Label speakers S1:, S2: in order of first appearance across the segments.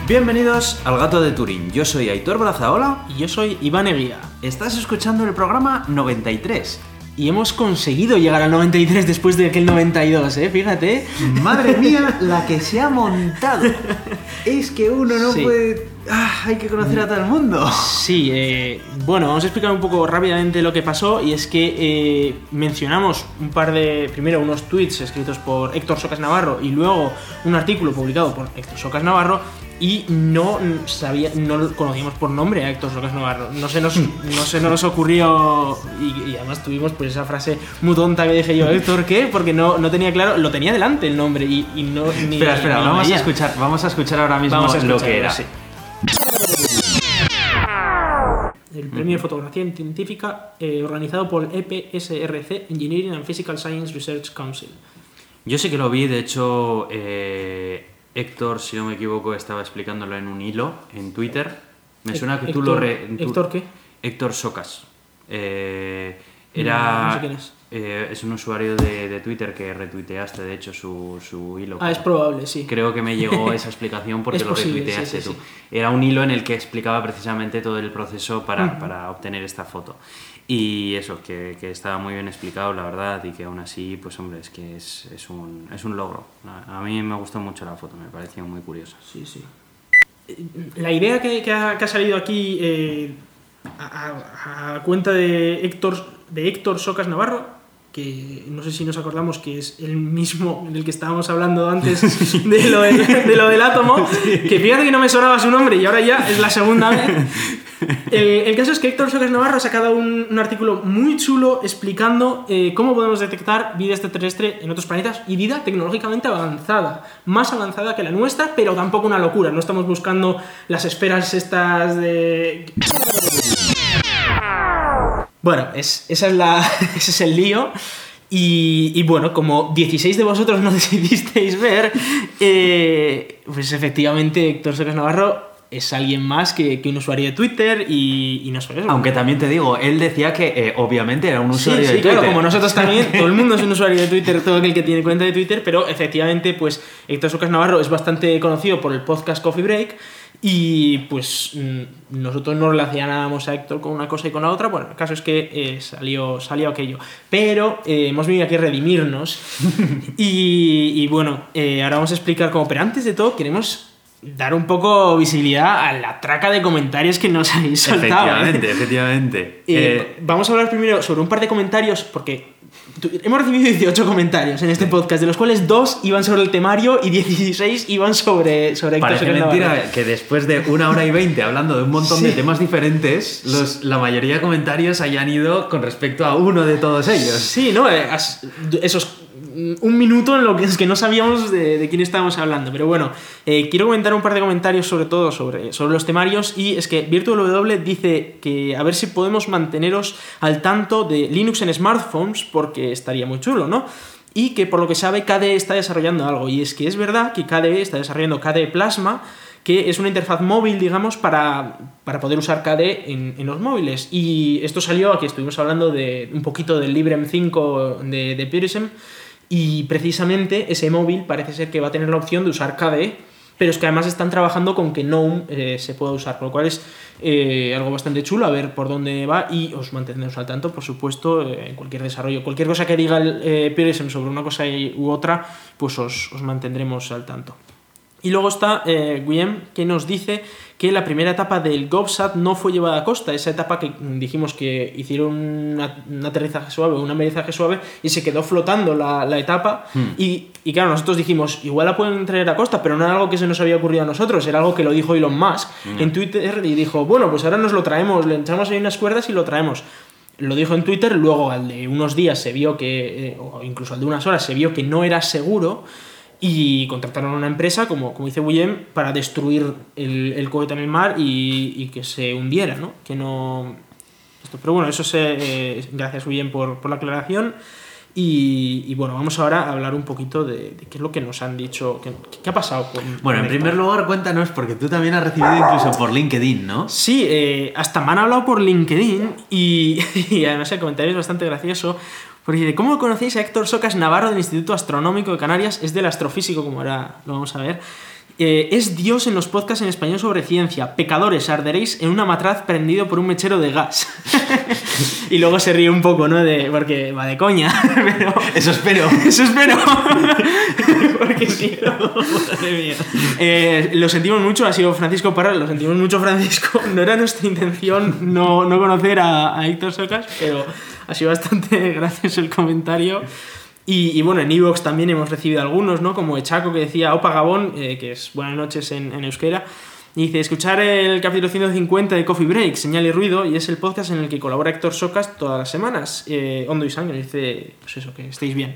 S1: Bienvenidos al Gato de Turín. Yo soy Aitor Brazaola.
S2: Y yo soy Iván Eguía.
S1: Estás escuchando el programa 93.
S2: Y hemos conseguido llegar al 93 después de aquel 92, Fíjate.
S1: Madre mía, la que se ha montado. Es que uno no puede... hay que conocer a todo el mundo.
S2: Sí, bueno, vamos a explicar un poco rápidamente lo que pasó. Y es que mencionamos primero unos tweets escritos por Héctor Socas Navarro y luego un artículo publicado por Héctor Socas Navarro. Y no conocíamos por nombre a Héctor Socas Navarro. No se nos ocurrió. Y además tuvimos pues esa frase muy tonta que dije yo, Héctor, ¿qué? Porque no tenía claro, lo tenía delante el nombre y no ni.
S1: Espera, vamos a escuchar ahora mismo lo que era.
S2: Sí. El premio de fotografía científica organizado por EPSRC, Engineering and Physical Science Research Council.
S1: Yo sí que lo vi, de hecho. Héctor, si no me equivoco, estaba explicándolo en un hilo en Twitter. Me suena que
S2: ¿Héctor qué?
S1: Héctor Socas.
S2: No sé quién es.
S1: Es un usuario de Twitter que retuiteaste, de hecho, su hilo.
S2: Es probable, sí.
S1: Creo que me llegó esa explicación porque lo retuiteaste tú.
S2: Sí.
S1: Era un hilo en el que explicaba precisamente todo el proceso para obtener esta foto. Y eso, que estaba muy bien explicado, la verdad, y que aún así, pues hombre, es que es un logro. A mí me gustó mucho la foto, me pareció muy curiosa.
S2: Sí. La idea que ha salido aquí a cuenta de Héctor Socas Navarro, que no sé si nos acordamos que es el mismo del que estábamos hablando antes de lo del átomo, que fíjate que no me sonaba su nombre y ahora ya es la segunda vez. El caso es que Héctor Socas Navarro ha sacado un artículo muy chulo explicando cómo podemos detectar vida extraterrestre en otros planetas y vida tecnológicamente avanzada, más avanzada que la nuestra, pero tampoco una locura. No estamos buscando las esferas estas de... Bueno, ese es el lío. Y bueno, como 16 de vosotros no decidisteis ver, pues efectivamente Héctor Socas Navarro es alguien más que un usuario de Twitter y no solo eso.
S1: Aunque también te digo, él decía que obviamente era un usuario de Twitter.
S2: Claro, como nosotros también, todo el mundo es un usuario de Twitter, todo aquel que tiene cuenta de Twitter, pero efectivamente pues Héctor Socas Navarro es bastante conocido por el podcast Coffee Break y pues nosotros no relacionábamos a Héctor con una cosa y con la otra. Bueno, el caso es que salió aquello, pero hemos venido aquí a redimirnos y bueno, ahora vamos a explicar cómo, pero antes de todo queremos dar un poco visibilidad a la traca de comentarios que nos habéis soltado.
S1: Efectivamente.
S2: Vamos a hablar primero sobre un par de comentarios, porque hemos recibido 18 comentarios en este podcast, de los cuales 2 iban sobre el temario y 16 iban sobre Héctor.
S1: Parece mentira que después de 1 hora y 20 hablando de un montón de temas diferentes, la mayoría de comentarios hayan ido con respecto a uno de todos ellos.
S2: Sí, ¿no? Esos... un minuto en lo que es que no sabíamos de quién estábamos hablando, pero bueno, quiero comentar un par de comentarios sobre todo sobre los temarios, y es que VirtualW dice que a ver si podemos manteneros al tanto de Linux en smartphones, porque estaría muy chulo, ¿no? Y que por lo que sabe KDE está desarrollando algo, y es que es verdad que KDE está desarrollando KDE Plasma, que es una interfaz móvil, digamos, para poder usar KDE en los móviles. Y esto salió, aquí estuvimos hablando de un poquito del Librem 5 de Purism, y precisamente ese móvil parece ser que va a tener la opción de usar KDE, pero es que además están trabajando con que GNOME se pueda usar, por lo cual es algo bastante chulo, a ver por dónde va, y os mantendremos al tanto, por supuesto, en cualquier desarrollo. Cualquier cosa que diga el Purism sobre una cosa u otra, pues os mantendremos al tanto. Y luego está Guillem, que nos dice que la primera etapa del GovSat no fue llevada a costa, esa etapa que dijimos que hicieron un aterrizaje suave, un amerizaje suave, y se quedó flotando la etapa, y claro, nosotros dijimos, igual la pueden traer a costa, pero no era algo que se nos había ocurrido a nosotros, era algo que lo dijo Elon Musk en Twitter, y dijo, bueno, pues ahora nos lo traemos, le echamos ahí unas cuerdas y lo traemos. Lo dijo en Twitter, luego al de unos días se vio que, o incluso al de unas horas, se vio que no era seguro, y contrataron a una empresa, como dice Guillem, para destruir el cohete en el mar y que se hundiera, ¿no? Que no... Pero bueno, eso gracias Guillem por la aclaración. Y bueno, vamos ahora a hablar un poquito de qué es lo que nos han dicho, qué ha pasado con...
S1: Bueno, en primer lugar, cuéntanos, porque tú también has recibido incluso por LinkedIn, ¿no?
S2: Sí, hasta me han hablado por LinkedIn y además el comentario es bastante gracioso. Porque dice, ¿cómo conocéis a Héctor Socas Navarro del Instituto Astronómico de Canarias? Es del astrofísico, como ahora lo vamos a ver. Es Dios en los podcasts en español sobre ciencia. Pecadores, arderéis en una matraz prendido por un mechero de gas. Y luego se ríe un poco, ¿no? Porque va de coña. Pero...
S1: Eso espero.
S2: Eso espero. Porque sí, no, madre mía. Lo sentimos mucho, ha sido Francisco Parra, lo sentimos mucho, Francisco. No era nuestra intención no conocer a Héctor Socas, pero ha sido bastante gracioso el comentario. Y bueno, en iVoox también hemos recibido algunos, ¿no? Como Echaco, que decía Opa Gabón, que es buenas noches en euskera. Y dice, escuchar el capítulo 150 de Coffee Break, Señal y Ruido, y es el podcast en el que colabora Héctor Socas todas las semanas. Hondo y Sangre, dice, pues eso, que estéis bien.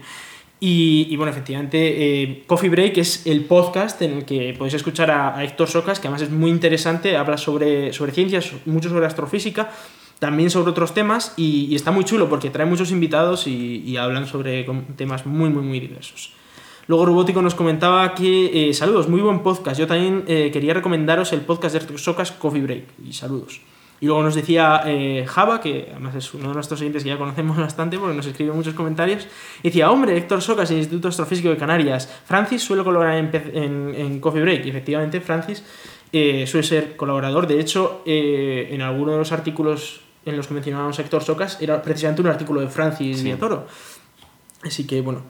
S2: Y bueno, efectivamente, Coffee Break es el podcast en el que podéis escuchar a Héctor Socas, que además es muy interesante, habla sobre ciencias, mucho sobre astrofísica, también sobre otros temas, y está muy chulo porque trae muchos invitados y hablan sobre temas muy, muy, muy diversos. Luego Robótico nos comentaba que, saludos, muy buen podcast, yo también quería recomendaros el podcast de Héctor Socas, Coffee Break, y saludos. Y luego nos decía Java, que además es uno de nuestros oyentes que ya conocemos bastante porque nos escribe muchos comentarios, y decía, hombre, Héctor Socas, del Instituto Astrofísico de Canarias, Francis suele colaborar en Coffee Break, y efectivamente Francis suele ser colaborador, de hecho, en alguno de los artículos en los que mencionábamos a Héctor Socas era precisamente un artículo de Francis Villatoro. Así que bueno.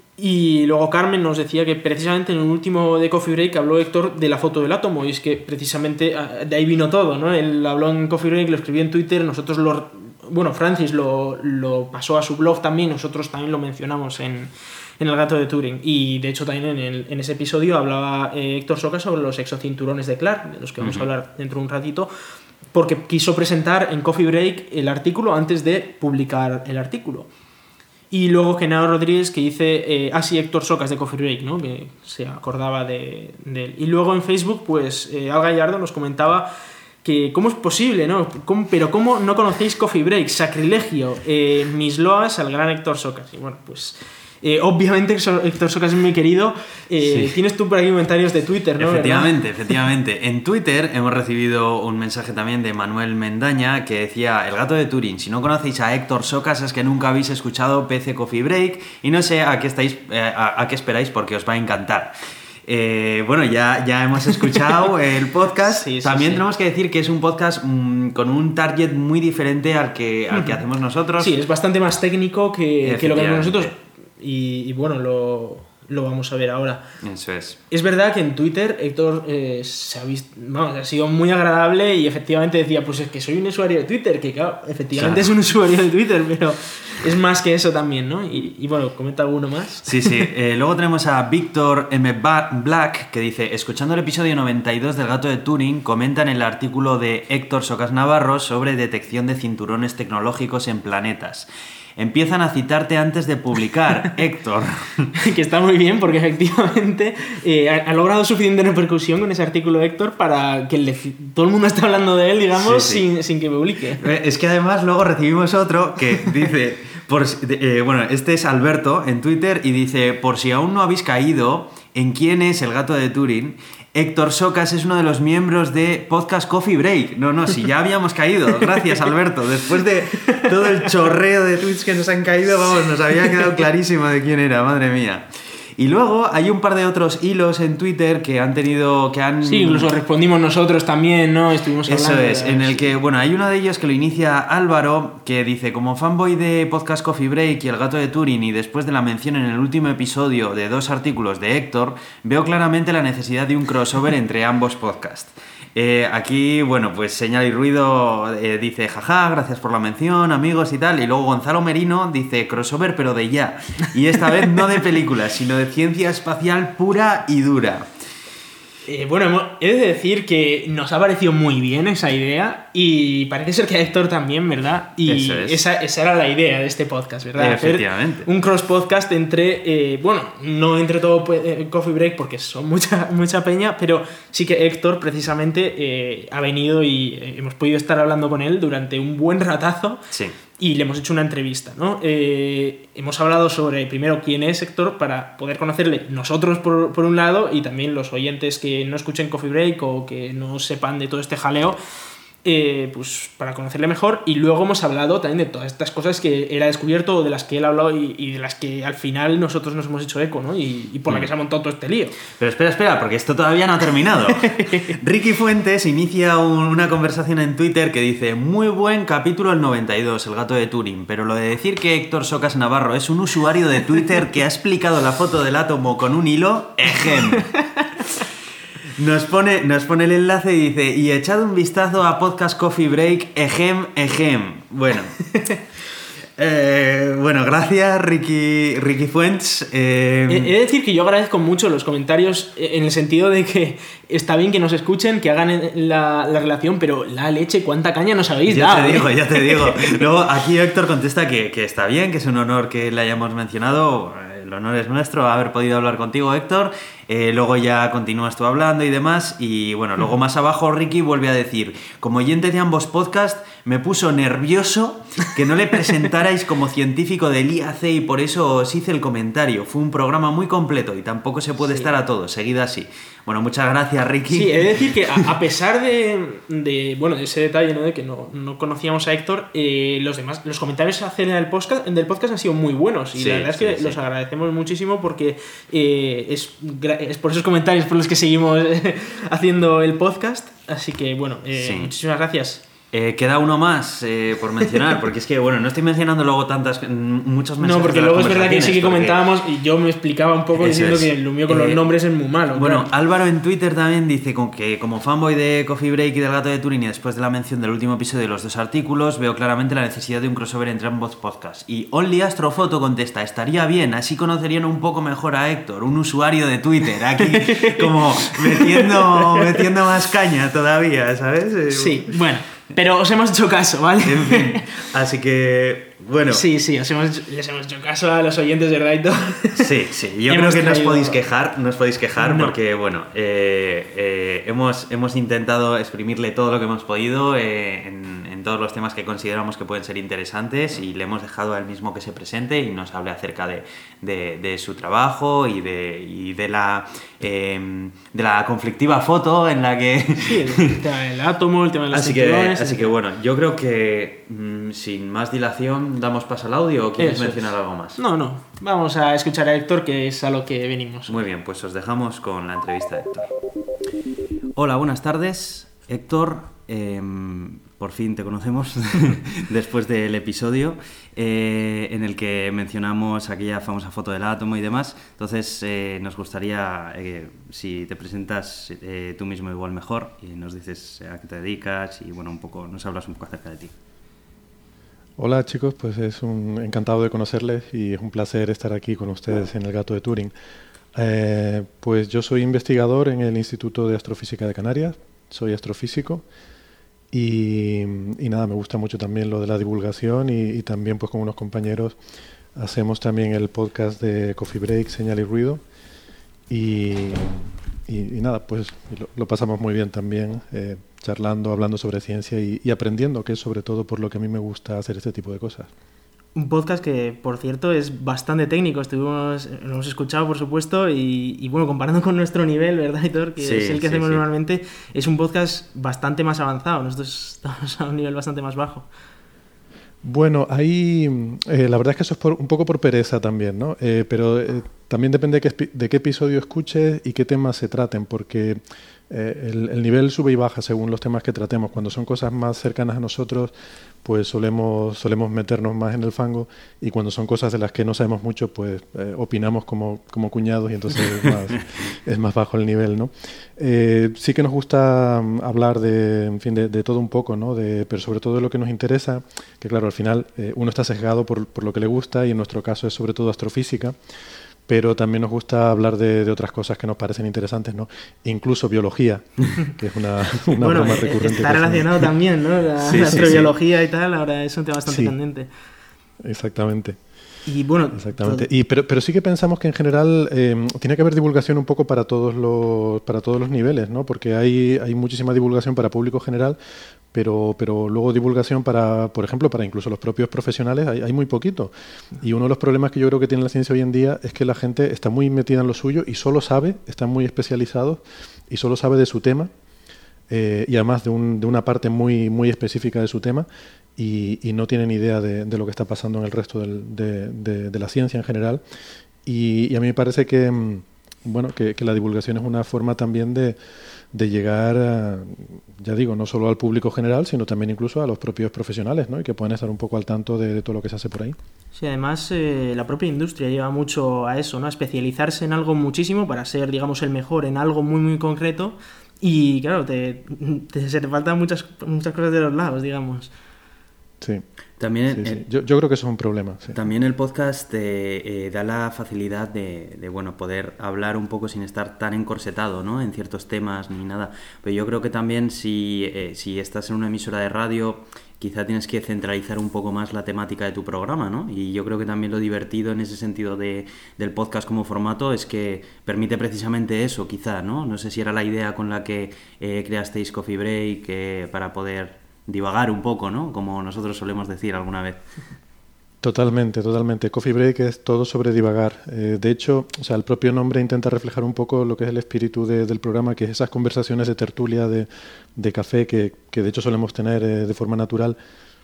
S2: Y luego Carmen nos decía que precisamente en el último de Coffee Break habló Héctor de la foto del átomo, y es que precisamente de ahí vino todo, ¿no? Él habló en Coffee Break, lo escribió en Twitter, nosotros Francis lo pasó a su blog también, nosotros también lo mencionamos en el gato de Turing, y de hecho también en ese episodio hablaba Héctor Socas sobre los exocinturones de Clark, de los que vamos a hablar dentro de un ratito, porque quiso presentar en Coffee Break el artículo antes de publicar el artículo. Y luego Genaro Rodríguez, que dice, sí, Héctor Socas de Coffee Break, ¿no? Que se acordaba de él. Y luego en Facebook, pues Al Gallardo nos comentaba que cómo es posible, ¿no? Pero ¿cómo no conocéis Coffee Break? Sacrilegio. Mis loas al gran Héctor Socas. Y bueno, pues... obviamente Héctor Socas es muy querido. Sí. Tienes tú por aquí comentarios de Twitter, ¿no?
S1: Efectivamente. En Twitter hemos recibido un mensaje también de Manuel Mendaña que decía, el gato de Turing, si no conocéis a Héctor Socas es que nunca habéis escuchado PC Coffee Break y no sé a qué esperáis porque os va a encantar. Bueno, ya hemos escuchado el podcast. También tenemos que decir que es un podcast con un target muy diferente al que hacemos nosotros.
S2: Sí, es bastante más técnico que lo que hacemos nosotros. Y bueno, lo vamos a ver ahora.
S1: Eso es.
S2: Es verdad que en Twitter Héctor ha sido muy agradable y efectivamente decía, pues es que soy un usuario de Twitter, que claro, efectivamente es un usuario de Twitter, pero es más que eso también, ¿no? Y bueno, comenta alguno más.
S1: Sí. Luego tenemos a Víctor M. Black, que dice, escuchando el episodio 92 del gato de Turing, comentan el artículo de Héctor Socas Navarro sobre detección de cinturones tecnológicos en planetas. Empiezan a citarte antes de publicar, Héctor.
S2: Que está muy bien, porque efectivamente ha logrado suficiente repercusión con ese artículo de Héctor para que todo el mundo está hablando de él, digamos, sin que publique.
S1: Es que además luego recibimos otro que dice... este es Alberto en Twitter y dice, por si aún no habéis caído en quién es el gato de Turing, Héctor Socas es uno de los miembros de Podcast Coffee Break. No, si ya habíamos caído. Gracias, Alberto. Después de todo el chorreo de tweets que nos han caído, nos había quedado clarísimo de quién era, madre mía. Y luego hay un par de otros hilos en Twitter que han... Sí,
S2: incluso respondimos nosotros también, ¿no? Estuvimos hablando.
S1: Eso es, en el que, hay uno de ellos que lo inicia Álvaro, que dice, como fanboy de Podcast Coffee Break y el gato de Turing, y después de la mención en el último episodio de 2 artículos de Héctor, veo claramente la necesidad de un crossover entre ambos podcasts. Aquí, pues Señal y Ruido dice, jaja, gracias por la mención, amigos y tal. Y luego Gonzalo Merino dice, crossover pero de ya. Y esta vez no de películas, sino de ciencia espacial pura y dura.
S2: He de decir que nos ha parecido muy bien esa idea y parece ser que a Héctor también, ¿verdad? Y esa era la idea de este podcast, ¿verdad?
S1: Efectivamente.
S2: Hacer un cross-podcast entre, no entre todo Coffee Break porque son mucha peña, pero sí que Héctor precisamente ha venido y hemos podido estar hablando con él durante un buen ratazo.
S1: Sí.
S2: Y le hemos hecho una entrevista, ¿no? Hemos hablado sobre, primero, quién es Héctor para poder conocerle nosotros por un lado y también los oyentes que no escuchen Coffee Break o que no sepan de todo este jaleo, pues para conocerle mejor, y luego hemos hablado también de todas estas cosas que él ha descubierto, o de las que él ha hablado y de las que al final nosotros nos hemos hecho eco, ¿no? Y por la que se ha montado todo este lío.
S1: Pero espera, porque esto todavía no ha terminado. Ricky Fuentes inicia una conversación en Twitter que dice: muy buen capítulo el 92, el gato de Turing, pero lo de decir que Héctor Socas Navarro es un usuario de Twitter que ha explicado la foto del átomo con un hilo, ejem. Nos pone el enlace y dice: y echad un vistazo a Podcast Coffee Break, ejem. Bueno. Bueno, gracias Ricky Fuentes.
S2: He de decir que yo agradezco mucho los comentarios, en el sentido de que está bien que nos escuchen, que hagan la relación, pero la leche, cuánta caña nos habéis dado.
S1: Ya te digo. Luego aquí Héctor contesta que está bien, que es un honor que le hayamos mencionado. El honor es nuestro haber podido hablar contigo, Héctor. Luego ya continúas tú hablando y demás. Y bueno, luego más abajo Ricky vuelve a decir: como oyente de ambos podcasts, me puso nervioso que no le presentarais como científico del IAC y por eso os hice el comentario. Fue un programa muy completo y tampoco se puede estar a todo. Seguid así. Bueno, muchas gracias, Ricky.
S2: Sí, he de decir que a pesar de ese detalle, ¿no? De que no conocíamos a Héctor, los comentarios acerca del podcast han sido muy buenos, y la verdad es que los agradecemos muchísimo, porque es por esos comentarios por los que seguimos haciendo el podcast. Así que bueno, muchísimas gracias.
S1: Queda uno más por mencionar, porque es que, bueno, no estoy mencionando luego muchos mensajes.
S2: No, porque luego es verdad que sí que comentábamos y yo me explicaba un poco diciendo que lo mío con los nombres es muy malo.
S1: Bueno,
S2: claro.
S1: Álvaro en Twitter también dice que como fanboy de Coffee Break y del gato de Turing, y después de la mención del último episodio de los 2 artículos, veo claramente la necesidad de un crossover entre ambos podcasts. Y Only Astrofoto contesta: estaría bien, así conocerían un poco mejor a Héctor, un usuario de Twitter, aquí como metiendo más caña todavía, ¿sabes?
S2: Sí, bueno. Pero os hemos hecho caso, ¿vale?
S1: En fin, así que, bueno.
S2: Sí, les hemos hecho caso a los oyentes de Raito.
S1: Sí, yo creo que no os podéis quejar, no. Porque, bueno, hemos intentado exprimirle todo lo que hemos podido en todos los temas que consideramos que pueden ser interesantes, y le hemos dejado a él mismo que se presente y nos hable acerca de su trabajo y de la conflictiva foto en la que...
S2: Sí, el tema del átomo, el tema de las cinturones...
S1: Así que bueno, yo creo que sin más dilación damos paso al audio. ¿O quieres mencionar algo más?
S2: No, vamos a escuchar a Héctor, que es a lo que venimos.
S1: Muy bien, pues os dejamos con la entrevista de Héctor. Hola, buenas tardes, Héctor. Por fin te conocemos después del episodio en el que mencionamos aquella famosa foto del átomo y demás. Entonces nos gustaría, si te presentas tú mismo igual mejor, y nos dices a qué te dedicas y bueno, un poco nos hablas un poco acerca de ti.
S3: Hola chicos, pues encantado de conocerles y es un placer estar aquí con ustedes en el gato de Turing. Pues yo soy investigador en el Instituto de Astrofísica de Canarias, soy astrofísico. Y nada, me gusta mucho también lo de la divulgación y también pues con unos compañeros hacemos también el podcast de Coffee Break, Señal y Ruido y nada, pues lo pasamos muy bien también charlando, hablando sobre ciencia y aprendiendo, que es sobre todo por lo que a mí me gusta hacer este tipo de cosas.
S2: Un podcast que, por cierto, es bastante técnico. Lo hemos escuchado, por supuesto, y bueno, comparando con nuestro nivel, ¿verdad, Héctor? Que es el que hacemos normalmente, es un podcast bastante más avanzado. Nosotros estamos a un nivel bastante más bajo.
S3: Bueno, ahí la verdad es que eso es un poco por pereza también, ¿no? Pero también depende de qué episodio escuches y qué temas se traten, porque el nivel sube y baja según los temas que tratemos. Cuando son cosas más cercanas a nosotros, pues solemos meternos más en el fango, y cuando son cosas de las que no sabemos mucho, pues opinamos como cuñados, y entonces es más bajo el nivel, ¿no? Sí que nos gusta hablar de todo un poco, ¿no? Pero sobre todo de lo que nos interesa, que claro, al final uno está sesgado por lo que le gusta, y en nuestro caso es sobre todo astrofísica, pero también nos gusta hablar de otras cosas que nos parecen interesantes, ¿no? Incluso biología, que es una
S2: bueno,
S3: broma recurrente.
S2: Está relacionado también, ¿no? La astrobiología y tal, ahora es un tema bastante candente.
S3: Exactamente.
S2: Y bueno,
S3: exactamente. Pero sí que pensamos que en general tiene que haber divulgación un poco para todos los niveles, ¿no? Porque hay muchísima divulgación para público general, pero luego divulgación por ejemplo, para incluso los propios profesionales hay muy poquito. Y uno de los problemas que yo creo que tiene la ciencia hoy en día es que la gente está muy metida en lo suyo y solo sabe, están muy especializados y solo sabe de su tema. y además de una parte muy, muy específica de su tema, y no tienen idea de lo que está pasando en el resto de la ciencia en general. Y a mí me parece que, bueno, que la divulgación es una forma también de llegar, ya digo, no solo al público general, sino también incluso a los propios profesionales, ¿no? Y que puedan estar un poco al tanto de todo lo que se hace por ahí.
S2: Sí, además la propia industria lleva mucho a eso, ¿no? A especializarse en algo muchísimo para ser, digamos, el mejor en algo muy, muy concreto. Y claro, se te faltan muchas cosas de los lados, digamos.
S3: Sí.
S1: También
S3: sí. Yo creo que eso es un problema. Sí.
S1: También el podcast da la facilidad de bueno, poder hablar un poco sin estar tan encorsetado, ¿no? En ciertos temas ni nada. Pero yo creo que también si estás en una emisora de radio, quizá tienes que centralizar un poco más la temática de tu programa, ¿no? Y yo creo que también lo divertido en ese sentido del podcast como formato es que permite precisamente eso, quizá, ¿no? No sé si era la idea con la que creasteis Coffee Break para poder divagar un poco, ¿no? Como nosotros solemos decir alguna vez.
S3: Totalmente. Coffee Break es todo sobre divagar. De hecho, o sea, el propio nombre intenta reflejar un poco lo que es el espíritu del programa, que es esas conversaciones de tertulia, de café, que de hecho solemos tener de forma natural,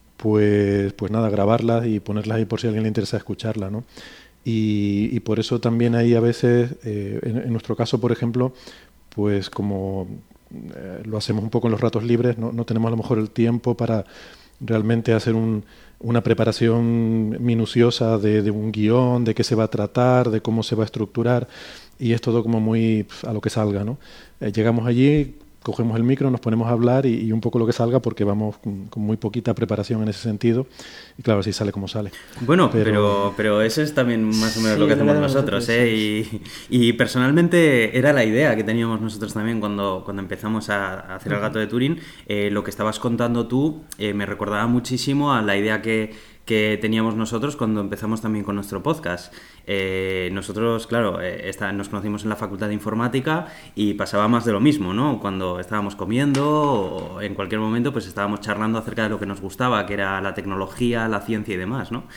S3: pues nada, grabarlas y ponerlas ahí por si a alguien le interesa escucharla, ¿no? Y por eso también ahí a veces, en nuestro caso, por ejemplo, pues como lo hacemos un poco en los ratos libres, no tenemos a lo mejor el tiempo para realmente hacer una preparación minuciosa de un guión, de qué se va a tratar, de cómo se va a estructurar, y es todo como muy a lo que salga, ¿no? Llegamos allí, cogemos el micro, nos ponemos a hablar y un poco lo que salga, porque vamos con muy poquita preparación en ese sentido, y claro, así sale como sale.
S1: Bueno, pero eso es también más o menos lo que hacemos nosotros, ¿eh? Y personalmente era la idea que teníamos nosotros también cuando empezamos a hacer el gato de Turín. Lo que estabas contando tú me recordaba muchísimo a la idea que teníamos nosotros cuando empezamos también con nuestro podcast. Nosotros, claro, nos conocimos en la Facultad de Informática y pasaba más de lo mismo, ¿no? Cuando estábamos comiendo o en cualquier momento, pues estábamos charlando acerca de lo que nos gustaba, que era la tecnología, la ciencia y demás, ¿no?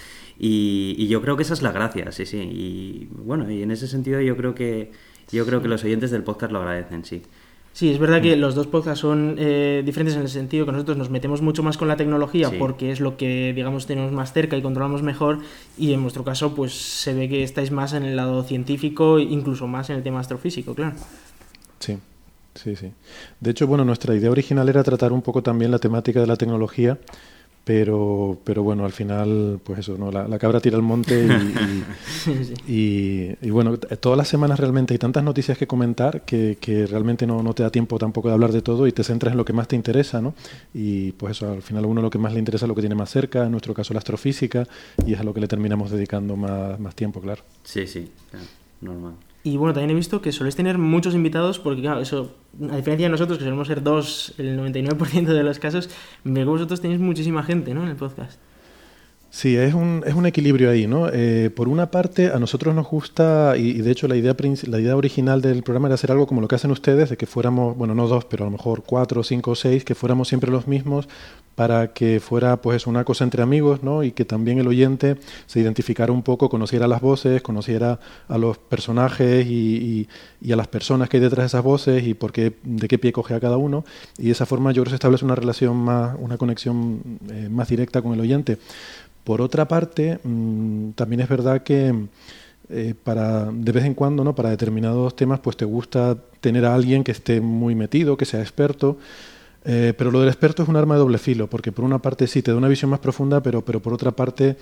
S1: Y yo creo que esa es la gracia, sí. Y bueno, y en ese sentido yo creo que los oyentes del podcast lo agradecen, sí.
S2: Sí, es verdad que los dos podcasts son diferentes en el sentido que nosotros nos metemos mucho más con la tecnología, sí, porque es lo que, digamos, tenemos más cerca y controlamos mejor, y en vuestro caso pues se ve que estáis más en el lado científico, incluso más en el tema astrofísico, claro.
S3: Sí. De hecho, bueno, nuestra idea original era tratar un poco también la temática de la tecnología, pero bueno, al final, pues eso, ¿no? La cabra tira al monte y bueno, todas las semanas realmente hay tantas noticias que comentar que realmente no te da tiempo tampoco de hablar de todo y te centras en lo que más te interesa, ¿no? Y pues eso, al final a uno lo que más le interesa es lo que tiene más cerca, en nuestro caso la astrofísica, y es a lo que le terminamos dedicando más tiempo, claro.
S1: Sí, claro, normal.
S2: Y bueno, también he visto que soléis tener muchos invitados, porque claro, eso, a diferencia de nosotros, que solemos ser dos el 99% de los casos, veo que vosotros tenéis muchísima gente, ¿no?, en el podcast.
S3: Sí, es un equilibrio ahí, ¿no? Por una parte, a nosotros nos gusta, y de hecho la idea original del programa era hacer algo como lo que hacen ustedes, de que fuéramos, bueno, no dos, pero a lo mejor 4, 5 o 6, que fuéramos siempre los mismos, para que fuera pues una cosa entre amigos, ¿no? Y que también el oyente se identificara un poco, conociera las voces, conociera a los personajes y a las personas que hay detrás de esas voces y de qué pie coge a cada uno. Y de esa forma yo creo que se establece una relación una conexión más directa con el oyente. Por otra parte, también es verdad que de vez en cuando, ¿no?, para determinados temas, pues te gusta tener a alguien que esté muy metido, que sea experto, pero lo del experto es un arma de doble filo, porque por una parte sí te da una visión más profunda, pero por otra parte,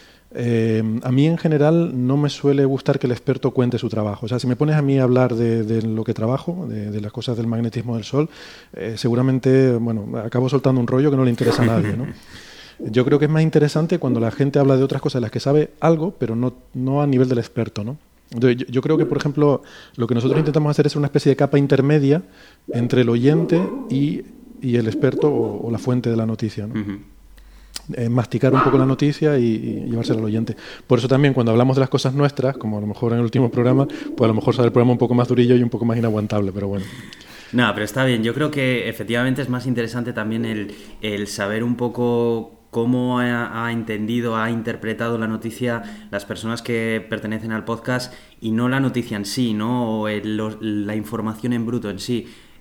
S3: a mí en general no me suele gustar que el experto cuente su trabajo. O sea, si me pones a mí a hablar de lo que trabajo, de las cosas del magnetismo del Sol, seguramente, bueno, acabo soltando un rollo que no le interesa a nadie, ¿no? Yo creo que es más interesante cuando la gente habla de otras cosas de las que sabe algo, pero no a nivel del experto, ¿no? Entonces, yo creo que, por ejemplo, lo que nosotros intentamos hacer es una especie de capa intermedia entre el oyente y el experto o la fuente de la noticia, ¿no? Uh-huh. Masticar un poco la noticia y llevársela al oyente. Por eso también cuando hablamos de las cosas nuestras, como a lo mejor en el último programa, pues a lo mejor sale el programa un poco más durillo y un poco más inaguantable, pero bueno.
S1: No, pero está bien. Yo creo que efectivamente es más interesante también el saber un poco cómo ha entendido, ha interpretado la noticia las personas que pertenecen al podcast y no la noticia en sí, ¿no? O la información en bruto en sí.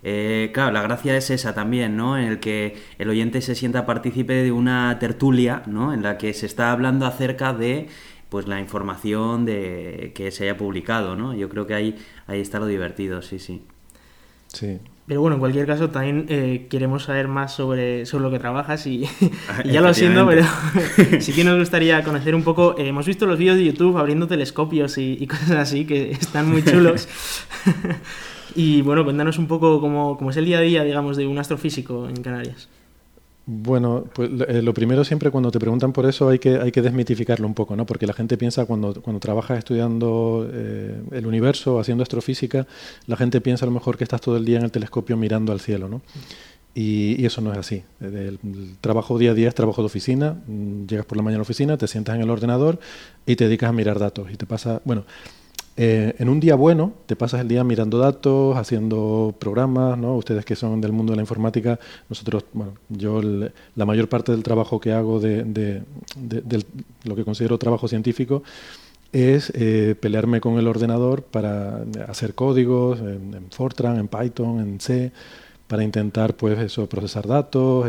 S1: claro, la gracia es esa también, ¿no? En el que el oyente se sienta partícipe de una tertulia, ¿no? En la que se está hablando acerca de pues la información de que se haya publicado, ¿no? Yo creo que ahí está lo divertido, sí.
S3: Sí.
S2: Pero bueno, en cualquier caso también queremos saber más sobre lo que trabajas y ya lo siento, pero sí que nos gustaría conocer un poco. Hemos visto los vídeos de YouTube abriendo telescopios y cosas así que están muy chulos. Y bueno, cuéntanos un poco cómo es el día a día, digamos, de un astrofísico en Canarias.
S3: Bueno, pues lo primero siempre cuando te preguntan por eso hay que desmitificarlo un poco, ¿no? Porque la gente piensa cuando trabajas estudiando el universo, haciendo astrofísica, la gente piensa a lo mejor que estás todo el día en el telescopio mirando al cielo, ¿no? Y eso no es así. El trabajo día a día es trabajo de oficina. Llegas por la mañana a la oficina, te sientas en el ordenador y te dedicas a mirar datos. Y te pasa, bueno, en un día bueno, te pasas el día mirando datos, haciendo programas, ¿no? Ustedes que son del mundo de la informática, nosotros, bueno, yo la mayor parte del trabajo que hago de lo que considero trabajo científico es pelearme con el ordenador para hacer códigos en Fortran, en Python, en C, para intentar, pues, eso, procesar datos,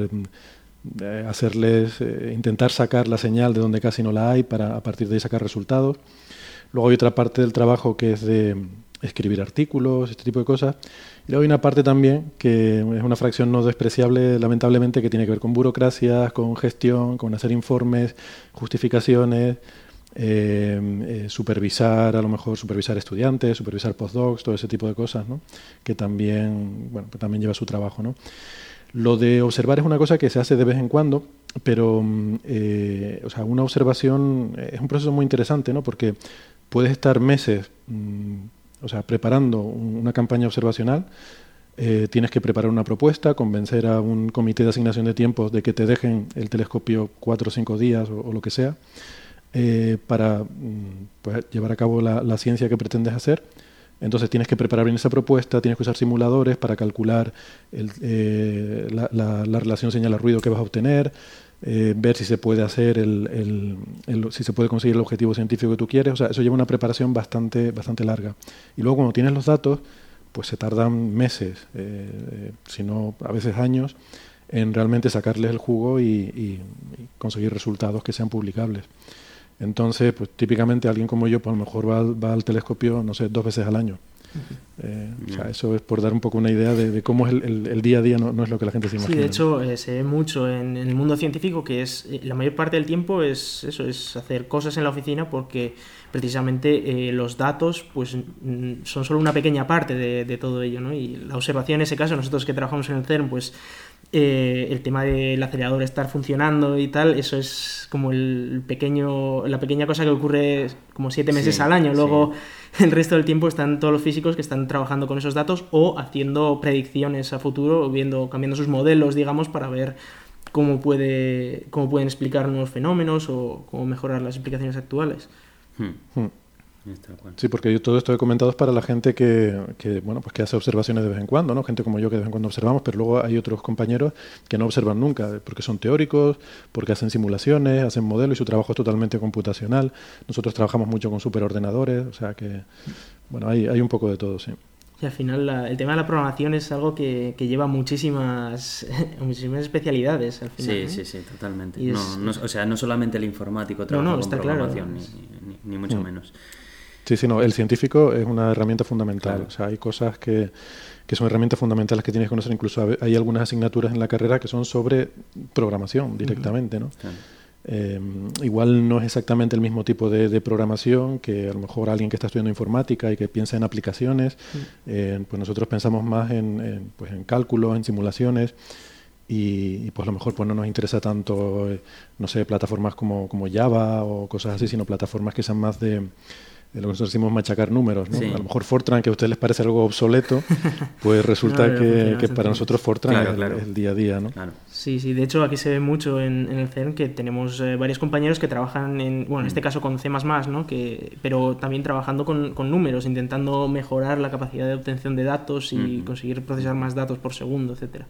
S3: intentar sacar la señal de donde casi no la hay para a partir de ahí sacar resultados. Luego hay otra parte del trabajo que es de escribir artículos, este tipo de cosas. Y luego hay una parte también que es una fracción no despreciable, lamentablemente, que tiene que ver con burocracias, con gestión, con hacer informes, justificaciones, supervisar estudiantes, supervisar postdocs, todo ese tipo de cosas, ¿no? Que también, bueno, que también lleva su trabajo, ¿no? Lo de observar es una cosa que se hace de vez en cuando, pero o sea, una observación es un proceso muy interesante, ¿no? Porque puedes estar meses o sea, preparando una campaña observacional, tienes que preparar una propuesta, convencer a un comité de asignación de tiempos de que te dejen el telescopio 4 o 5 días o lo que sea, para pues, llevar a cabo la ciencia que pretendes hacer. Entonces tienes que preparar bien esa propuesta, tienes que usar simuladores para calcular la relación señal-ruido que vas a obtener, ver si se puede hacer si se puede conseguir el objetivo científico que tú quieres. O sea, eso lleva una preparación bastante larga. Y luego cuando tienes los datos, pues se tardan meses, si no a veces años, en realmente sacarles el jugo y conseguir resultados que sean publicables. Entonces, pues típicamente alguien como yo, pues a lo mejor va al telescopio, no sé, 2 veces al año. O sea, eso es por dar un poco una idea de cómo es el día a día, no es lo que la gente se imagina.
S2: Sí, de hecho, se ve mucho en el mundo científico que es la mayor parte del tiempo es hacer cosas en la oficina, porque precisamente los datos pues son solo una pequeña parte de todo ello, ¿no? Y la observación en ese caso, nosotros que trabajamos en el CERN, pues el tema del acelerador estar funcionando y tal, eso es como la pequeña cosa que ocurre como 7 meses al año. Luego el resto del tiempo están todos los físicos que están trabajando con esos datos o haciendo predicciones a futuro, cambiando sus modelos, digamos, para ver cómo pueden explicar nuevos fenómenos o cómo mejorar las explicaciones actuales.
S3: Sí, porque yo todo esto he comentado es para la gente que bueno, pues que hace observaciones de vez en cuando, ¿no? Gente como yo que de vez en cuando observamos, pero luego hay otros compañeros que no observan nunca, porque son teóricos, porque hacen simulaciones, hacen modelos y su trabajo es totalmente computacional. Nosotros trabajamos mucho con superordenadores, o sea que, bueno, hay un poco de todo, sí.
S2: Y al final el tema de la programación es algo que lleva muchísimas especialidades al final.
S1: Sí, totalmente. O sea, no solamente el informático trabaja con programación, claro, ni mucho menos.
S3: Sí, no, el científico es una herramienta fundamental. Claro. O sea, hay cosas que son herramientas fundamentales que tienes que conocer. Incluso hay algunas asignaturas en la carrera que son sobre programación directamente, ¿no? Claro. Igual no es exactamente el mismo tipo de programación que a lo mejor alguien que está estudiando informática y que piensa en aplicaciones. Pues nosotros pensamos más en cálculos, en simulaciones. Y pues a lo mejor pues no nos interesa tanto, no sé, plataformas como Java o cosas así, sino plataformas que sean más de lo que nosotros decimos machacar números, ¿no? Sí. A lo mejor Fortran, que a ustedes les parece algo obsoleto, pues resulta que para nosotros Fortran es el día a día, ¿no?
S2: Claro. Sí, de hecho aquí se ve mucho en el CERN que tenemos varios compañeros que trabajan en este caso con C++, ¿no? Pero también trabajando con números, intentando mejorar la capacidad de obtención de datos y conseguir procesar más datos por segundo, etcétera.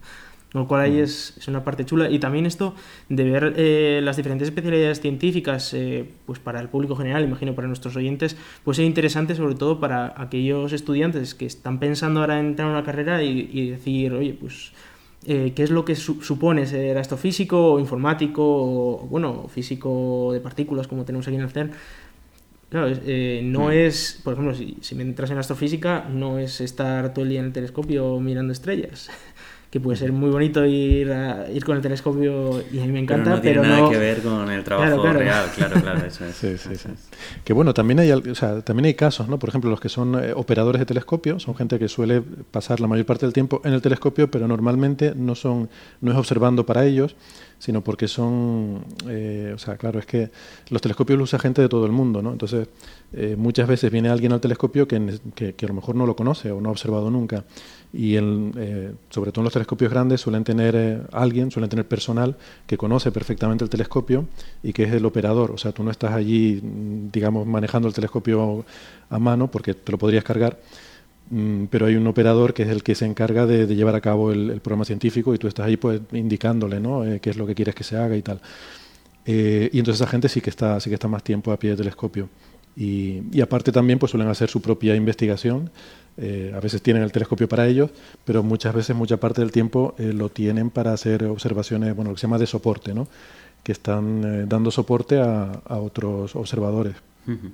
S2: Con lo cual ahí es una parte chula. Y también esto de ver las diferentes especialidades científicas, pues para el público general, imagino para nuestros oyentes, pues es interesante sobre todo para aquellos estudiantes que están pensando ahora en entrar a una carrera y decir, oye, pues qué es lo que supone ser astrofísico o informático o, bueno, físico de partículas como tenemos aquí en el CERN. Claro, no es, por ejemplo, si me entras en astrofísica, no es estar todo el día en el telescopio mirando estrellas, que puede ser muy bonito ir con el telescopio y a mí me encanta,
S1: pero no tiene nada que ver con el trabajo real, claro, eso es.
S3: Sí. Que bueno, también hay casos, ¿no? Por ejemplo, los que son operadores de telescopio, son gente que suele pasar la mayor parte del tiempo en el telescopio, pero normalmente no es observando para ellos, sino porque son, claro, es que los telescopios los usa gente de todo el mundo, ¿no? Entonces, muchas veces viene alguien al telescopio que a lo mejor no lo conoce o no ha observado nunca. Y sobre todo en los telescopios grandes suelen tener personal que conoce perfectamente el telescopio y que es el operador. O sea, tú no estás allí, digamos, manejando el telescopio a mano porque te lo podrías cargar, pero hay un operador que es el que se encarga de llevar a cabo el programa científico y tú estás ahí pues indicándole, ¿no? Qué es lo que quieres que se haga y tal. Y entonces esa gente sí que está más tiempo a pie de telescopio. Y aparte también pues suelen hacer su propia investigación. A veces tienen el telescopio para ellos, pero mucha parte del tiempo lo tienen para hacer observaciones, bueno, lo que se llama de soporte, ¿no? Que están dando soporte a otros observadores.
S1: Uh-huh.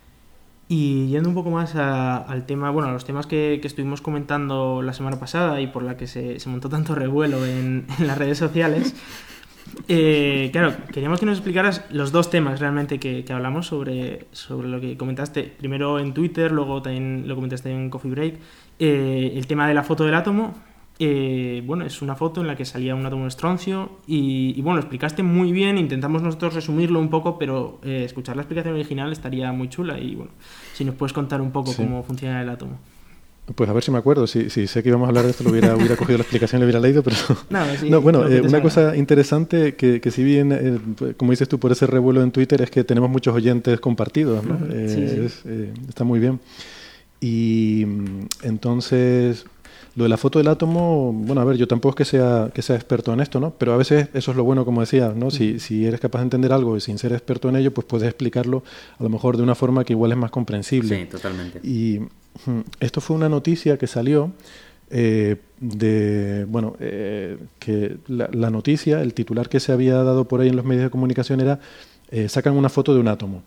S2: Y yendo un poco más al tema, bueno, a los temas que estuvimos comentando la semana pasada y por la que se montó tanto revuelo en las redes sociales, claro, queríamos que nos explicaras los dos temas realmente que hablamos sobre lo que comentaste, primero en Twitter, luego también lo comentaste en Coffee Break, el tema de la foto del átomo. Bueno, es una foto en la que salía un átomo de estroncio y bueno, lo explicaste muy bien, intentamos nosotros resumirlo un poco, pero escuchar la explicación original estaría muy chula y bueno, si nos puedes contar un poco cómo funciona el átomo.
S3: Pues a ver si me acuerdo, si sé que íbamos a hablar de esto, hubiera cogido la explicación y lo hubiera leído, pero... una cosa interesante que si bien, como dices tú, por ese revuelo en Twitter, es que tenemos muchos oyentes compartidos, ¿no? Está muy bien. Y entonces... Lo de la foto del átomo, bueno, a ver, yo tampoco es que sea experto en esto, ¿no? Pero a veces eso es lo bueno, como decías, ¿no? Si eres capaz de entender algo y sin ser experto en ello, pues puedes explicarlo a lo mejor de una forma que igual es más comprensible.
S1: Sí, totalmente.
S3: Y esto fue una noticia que salió que la noticia, el titular que se había dado por ahí en los medios de comunicación era sacan una foto de un átomo.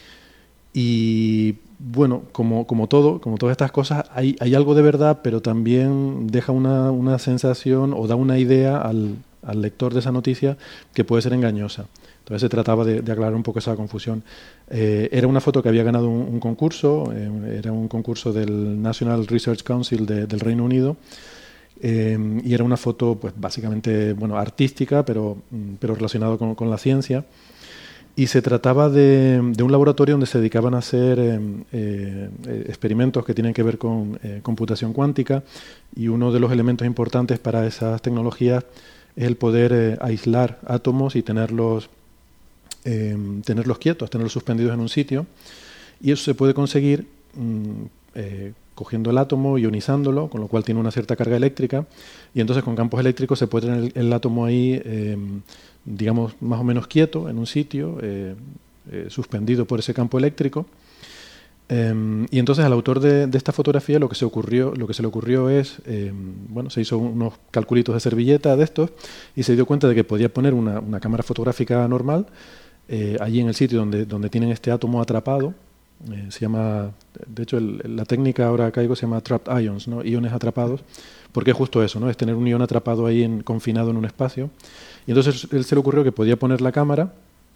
S3: Y bueno, como todas estas cosas, hay algo de verdad, pero también deja una sensación o da una idea al lector de esa noticia que puede ser engañosa. Entonces se trataba de aclarar un poco esa confusión. Era una foto que había ganado un concurso, era un concurso del National Research Council del Reino Unido, y era una foto pues básicamente artística, pero relacionada con la ciencia. Y se trataba de un laboratorio donde se dedicaban a hacer experimentos que tienen que ver con computación cuántica, y uno de los elementos importantes para esas tecnologías es el poder aislar átomos y tenerlos quietos, tenerlos suspendidos en un sitio, y eso se puede conseguir cogiendo el átomo, ionizándolo, con lo cual tiene una cierta carga eléctrica, y entonces con campos eléctricos se puede tener el átomo ahí digamos, más o menos quieto en un sitio, suspendido por ese campo eléctrico. Y entonces al autor de esta fotografía lo que se le ocurrió es, se hizo unos calculitos de servilleta de estos y se dio cuenta de que podía poner una cámara fotográfica normal allí en el sitio donde tienen este átomo atrapado. Se llama, de hecho la técnica ahora caigo se llama trapped ions, ¿no? Iones atrapados, porque es justo eso, ¿no? Es tener un ion atrapado ahí confinado en un espacio. Y entonces él se le ocurrió que podía poner la cámara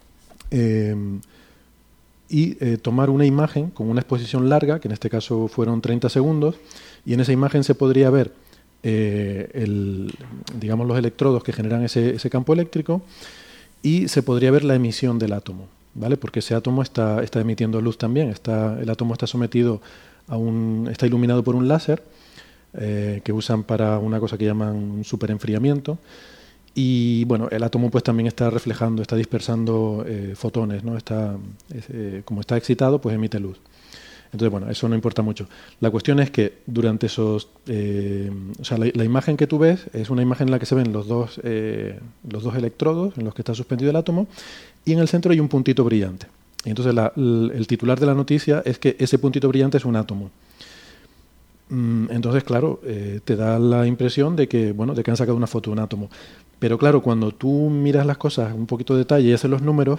S3: y tomar una imagen con una exposición larga, que en este caso fueron 30 segundos, y en esa imagen se podría ver los electrodos que generan ese campo eléctrico, y se podría ver la emisión del átomo, ¿vale? Porque ese átomo está emitiendo luz también, el átomo está sometido está iluminado por un láser que usan para una cosa que llaman un superenfriamiento. Y bueno, el átomo pues también está dispersando fotones, ¿no? Como está excitado, pues emite luz. Entonces, bueno, eso no importa mucho. La cuestión es que durante esos... o sea, la imagen que tú ves es una imagen en la que se ven los dos electrodos en los que está suspendido el átomo, y en el centro hay un puntito brillante. Y entonces el titular de la noticia es que ese puntito brillante es un átomo. Entonces, claro, te da la impresión de que, bueno, de que han sacado una foto de un átomo. Pero claro, cuando tú miras las cosas un poquito de detalle y haces los números,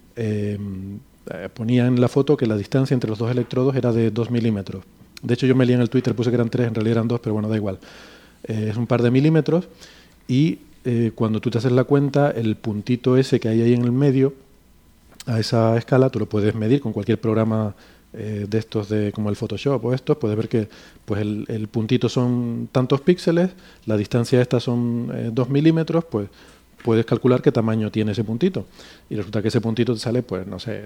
S3: ponía en la foto que la distancia entre los dos electrodos era de 2 milímetros. De hecho, yo me lié en el Twitter, puse que eran 3, en realidad eran 2, pero bueno, da igual. Es un par de milímetros, y cuando tú te haces la cuenta, el puntito ese que hay ahí en el medio, a esa escala, tú lo puedes medir con cualquier programa de estos como el Photoshop o estos. Puedes ver que pues el puntito son tantos píxeles, la distancia esta son 2 milímetros, pues puedes calcular qué tamaño tiene ese puntito. Y resulta que ese puntito te sale, pues no sé,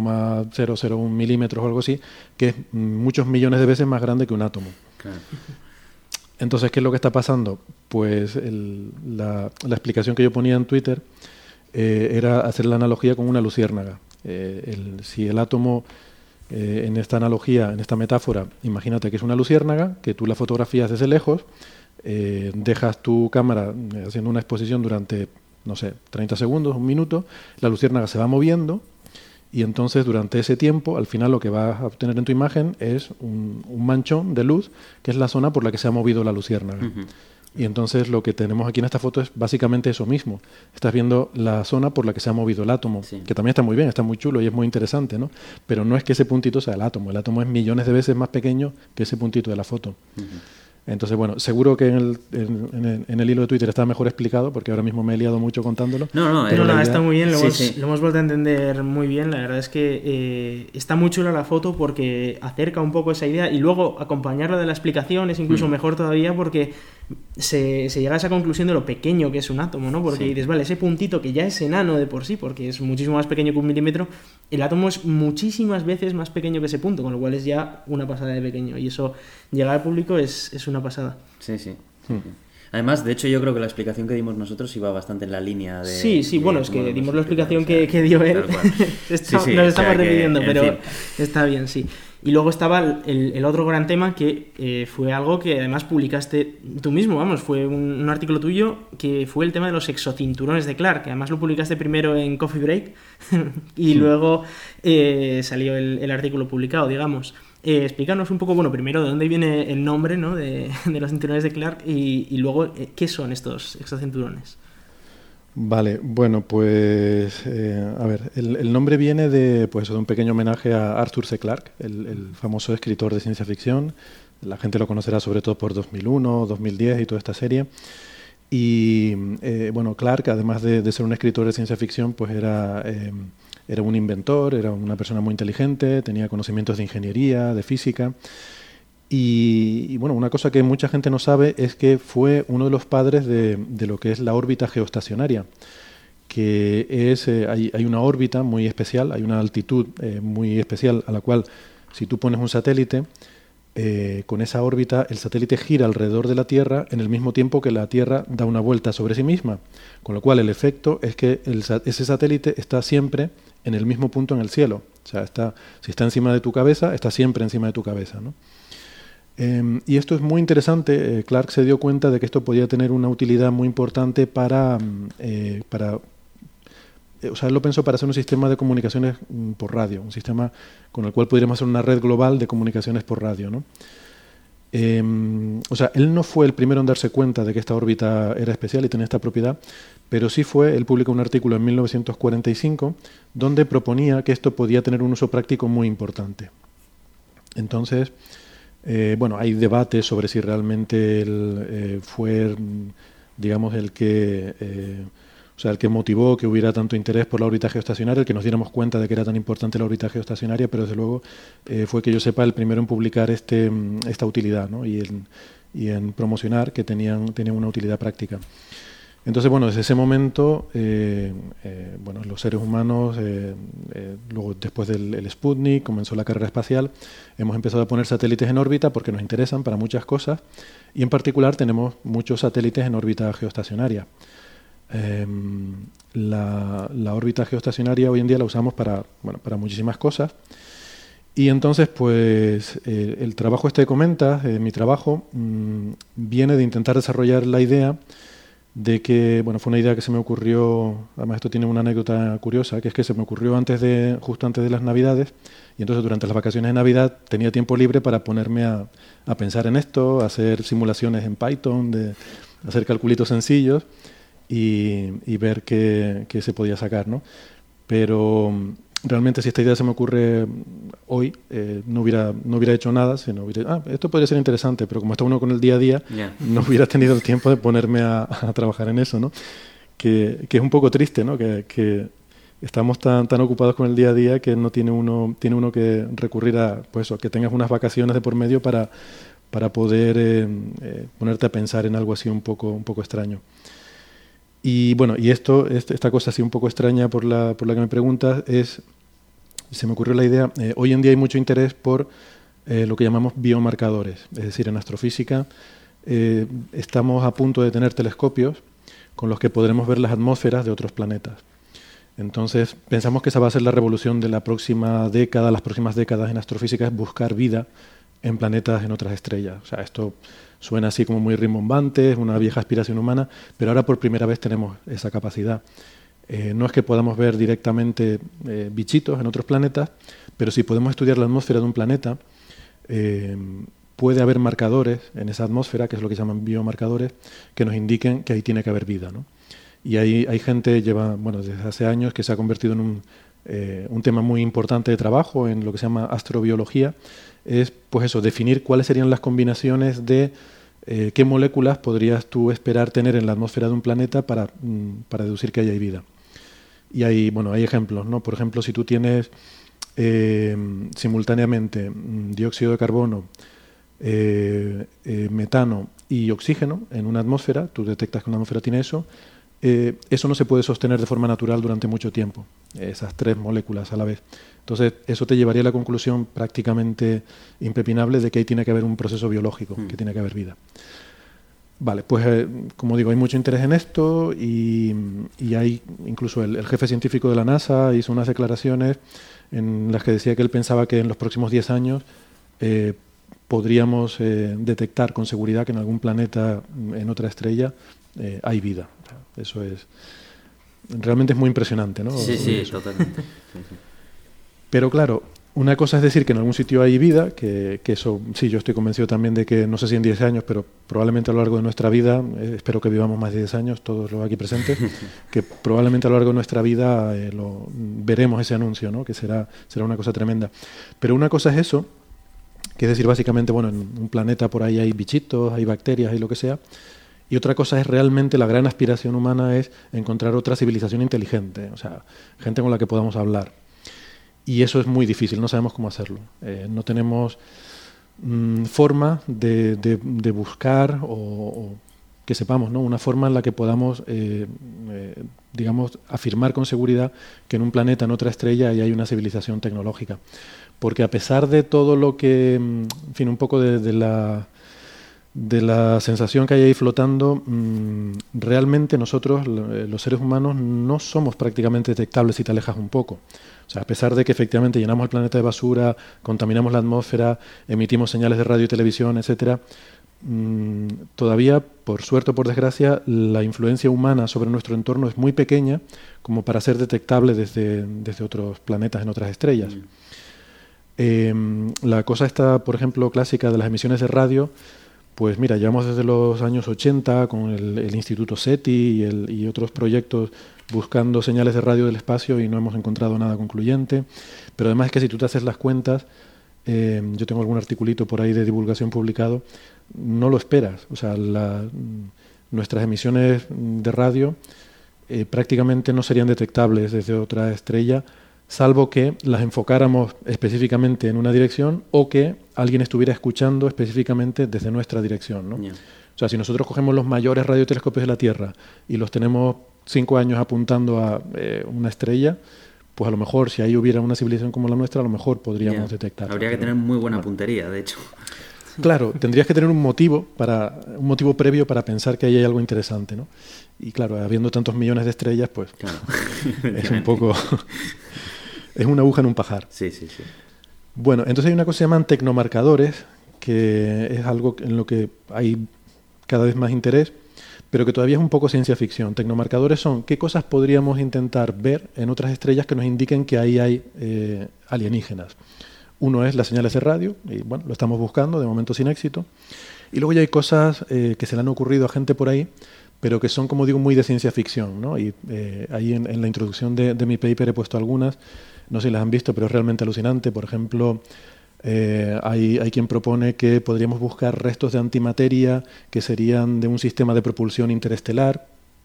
S3: 0,001 milímetros o algo así, que es muchos millones de veces más grande que un átomo.
S1: Claro.
S3: Entonces, ¿qué es lo que está pasando? Pues la explicación que yo ponía en Twitter era hacer la analogía con una luciérnaga. Si el átomo, en esta analogía, en esta metáfora, imagínate que es una luciérnaga, que tú la fotografías desde lejos, dejas tu cámara haciendo una exposición durante, no sé, 30 segundos, un minuto, la luciérnaga se va moviendo, y entonces durante ese tiempo, al final lo que vas a obtener en tu imagen es un manchón de luz, que es la zona por la que se ha movido la luciérnaga.
S1: Uh-huh.
S3: Y entonces lo que tenemos aquí en esta foto es básicamente eso mismo. Estás viendo la zona por la que se ha movido el átomo,
S1: sí,
S3: que también está muy bien, está muy chulo y es muy interesante, ¿no? Pero no es que ese puntito sea el átomo es millones de veces más pequeño que ese puntito de la foto.
S1: Uh-huh.
S3: Entonces, bueno, seguro que en el hilo de Twitter está mejor explicado, porque ahora mismo me he liado mucho contándolo.
S2: Pero nada, está muy bien, lo
S1: sí.
S2: hemos vuelto a entender muy bien. La verdad es que está muy chula la foto porque acerca un poco esa idea, y luego acompañarla de la explicación es incluso mejor todavía, porque se llega a esa conclusión de lo pequeño que es un átomo, ¿no? Porque dices, vale, ese puntito que ya es enano de por sí, porque es muchísimo más pequeño que un milímetro, el átomo es muchísimas veces más pequeño que ese punto, con lo cual es ya una pasada de pequeño, y eso, llegar al público es una pasada.
S1: Sí. Además, de hecho, yo creo que la explicación que dimos nosotros iba bastante en la línea de...
S2: Sí, bueno, es que dimos la explicación que dio él. Nos estamos repitiendo, pero fin, está bien, sí. Y luego estaba el otro gran tema, que fue algo que además publicaste tú mismo, vamos, fue un artículo tuyo, que fue el tema de los exocinturones de Clark, que además lo publicaste primero en Coffee Break y luego salió el artículo publicado, digamos. Explícanos un poco, bueno, primero de dónde viene el nombre, ¿no?, de los cinturones de Clark, y luego qué son estos exocinturones.
S3: Vale, bueno, pues a ver, el nombre viene de un pequeño homenaje a Arthur C. Clarke, el famoso escritor de ciencia ficción. La gente lo conocerá sobre todo por 2001, 2010 y toda esta serie. Y bueno, Clarke, además de ser un escritor de ciencia ficción, pues era un inventor, era una persona muy inteligente, tenía conocimientos de ingeniería, de física. Y bueno, una cosa que mucha gente no sabe es que fue uno de los padres de lo que es la órbita geoestacionaria, que es hay una órbita muy especial, hay una altitud muy especial a la cual, si tú pones un satélite, con esa órbita el satélite gira alrededor de la Tierra en el mismo tiempo que la Tierra da una vuelta sobre sí misma, con lo cual el efecto es que ese satélite está siempre en el mismo punto en el cielo. O sea, si está encima de tu cabeza, está siempre encima de tu cabeza, ¿no? Y esto es muy interesante. Clarke se dio cuenta de que esto podía tener una utilidad muy importante para él lo pensó para hacer un sistema de comunicaciones por radio, un sistema con el cual pudiéramos hacer una red global de comunicaciones por radio, ¿no? Él no fue el primero en darse cuenta de que esta órbita era especial y tenía esta propiedad, pero sí él publicó un artículo en 1945 donde proponía que esto podía tener un uso práctico muy importante. Entonces, hay debates sobre si realmente él fue, digamos, el que motivó que hubiera tanto interés por la órbita geoestacionaria, el que nos diéramos cuenta de que era tan importante la órbita geoestacionaria, pero desde luego fue, que yo sepa, el primero en publicar esta utilidad, ¿no? y en promocionar que tenían una utilidad práctica. Entonces, desde ese momento, los seres humanos, luego después del Sputnik, comenzó la carrera espacial, hemos empezado a poner satélites en órbita porque nos interesan para muchas cosas, y en particular tenemos muchos satélites en órbita geoestacionaria. La órbita geoestacionaria hoy en día la usamos para muchísimas cosas, Y entonces, pues, el trabajo este que comentas, mi trabajo, viene de intentar desarrollar la idea de que, bueno, fue una idea que se me ocurrió, además esto tiene una anécdota curiosa, que es que se me ocurrió justo antes de las Navidades, y entonces durante las vacaciones de Navidad tenía tiempo libre para ponerme a pensar en esto, a hacer simulaciones en Python, hacer calculitos sencillos y ver qué se podía sacar, ¿no? Pero realmente si esta idea se me ocurre hoy, no hubiera hecho nada, sino esto podría ser interesante, pero como está uno con el día a día, no hubiera tenido el tiempo de ponerme a trabajar en eso, ¿no? Que es un poco triste, ¿no? Que estamos tan ocupados con el día a día que no tiene uno que recurrir a, pues, que tengas unas vacaciones de por medio para poder ponerte a pensar en algo así un poco extraño. Y bueno, y esta cosa así un poco extraña por la que me preguntas se me ocurrió la idea, hoy en día hay mucho interés por lo que llamamos biomarcadores, es decir, en astrofísica estamos a punto de tener telescopios con los que podremos ver las atmósferas de otros planetas. Entonces pensamos que esa va a ser la revolución de la próxima década, las próximas décadas en astrofísica, es buscar vida en planetas, en otras estrellas. O sea, esto suena así como muy rimbombante, es una vieja aspiración humana, pero ahora por primera vez tenemos esa capacidad. No es que podamos ver directamente bichitos en otros planetas, pero si podemos estudiar la atmósfera de un planeta, puede haber marcadores en esa atmósfera, que es lo que se llaman biomarcadores, que nos indiquen que ahí tiene que haber vida, ¿no? Y hay gente, desde hace años, que se ha convertido en un tema muy importante de trabajo en lo que se llama astrobiología, es pues eso, definir cuáles serían las combinaciones de qué moléculas podrías tú esperar tener en la atmósfera de un planeta para deducir que ahí hay vida. Y hay ejemplos, ¿no? Por ejemplo, si tú tienes simultáneamente dióxido de carbono, metano y oxígeno en una atmósfera, tú detectas que una atmósfera tiene eso no se puede sostener de forma natural durante mucho tiempo, esas tres moléculas a la vez. Entonces, eso te llevaría a la conclusión prácticamente impepinable de que ahí tiene que haber un proceso biológico, que tiene que haber vida. Vale, pues como digo, hay mucho interés en esto y hay incluso el jefe científico de la NASA hizo unas declaraciones en las que decía que él pensaba que en los próximos 10 años podríamos detectar con seguridad que en algún planeta, en otra estrella, hay vida. Eso realmente es muy impresionante, ¿no?
S1: Sí, totalmente. Sí.
S3: Pero claro, una cosa es decir que en algún sitio hay vida, que eso, sí, yo estoy convencido también de que, no sé si en 10 años, pero probablemente a lo largo de nuestra vida, espero que vivamos más de 10 años, todos los aquí presentes, que probablemente a lo largo de nuestra vida veremos ese anuncio, ¿no? Que será una cosa tremenda. Pero una cosa es eso, que es decir, básicamente, bueno, en un planeta por ahí hay bichitos, hay bacterias, hay lo que sea. Y otra cosa es realmente la gran aspiración humana es encontrar otra civilización inteligente, o sea, gente con la que podamos hablar. Y eso es muy difícil, no sabemos cómo hacerlo. No tenemos forma de buscar o que sepamos, ¿no? Una forma en la que podamos, digamos, afirmar con seguridad que en un planeta, en otra estrella, hay una civilización tecnológica. Porque a pesar de todo lo que, en fin, un poco de la sensación que hay ahí flotando, realmente nosotros, los seres humanos, no somos prácticamente detectables si te alejas un poco. O sea, a pesar de que efectivamente llenamos el planeta de basura, contaminamos la atmósfera, emitimos señales de radio y televisión, etcétera, todavía, por suerte o por desgracia, la influencia humana sobre nuestro entorno es muy pequeña como para ser detectable desde otros planetas en otras estrellas. La cosa esta, por ejemplo, clásica de las emisiones de radio, pues mira, llevamos desde los años 80 con el Instituto SETI y otros proyectos buscando señales de radio del espacio y no hemos encontrado nada concluyente. Pero además es que si tú te haces las cuentas, yo tengo algún articulito por ahí de divulgación publicado, no lo esperas. O sea, nuestras emisiones de radio prácticamente no serían detectables desde otra estrella, salvo que las enfocáramos específicamente en una dirección o que alguien estuviera escuchando específicamente desde nuestra dirección, ¿no? Yeah. O sea, si nosotros cogemos los mayores radiotelescopios de la Tierra y los tenemos 5 años apuntando a una estrella, pues a lo mejor si ahí hubiera una civilización como la nuestra, a lo mejor podríamos detectar.
S1: Habría que tener muy buena puntería, de hecho.
S3: Claro, tendrías que tener un motivo previo para pensar que ahí hay algo interesante, ¿no? Y claro, habiendo tantos millones de estrellas, pues claro. Es un poco... es una aguja en un pajar.
S1: Sí.
S3: Bueno, entonces hay una cosa que se llaman tecnomarcadores, que es algo en lo que hay cada vez más interés, pero que todavía es un poco ciencia ficción. Tecnomarcadores son qué cosas podríamos intentar ver en otras estrellas que nos indiquen que ahí hay alienígenas. Uno es las señales de radio, y bueno, lo estamos buscando, de momento sin éxito. Y luego ya hay cosas que se le han ocurrido a gente por ahí, pero que son, como digo, muy de ciencia ficción, ¿no? Y ahí en la introducción de mi paper he puesto algunas, no sé si las han visto, pero es realmente alucinante. Por ejemplo, hay quien propone que podríamos buscar restos de antimateria que serían de un sistema de propulsión interestelar.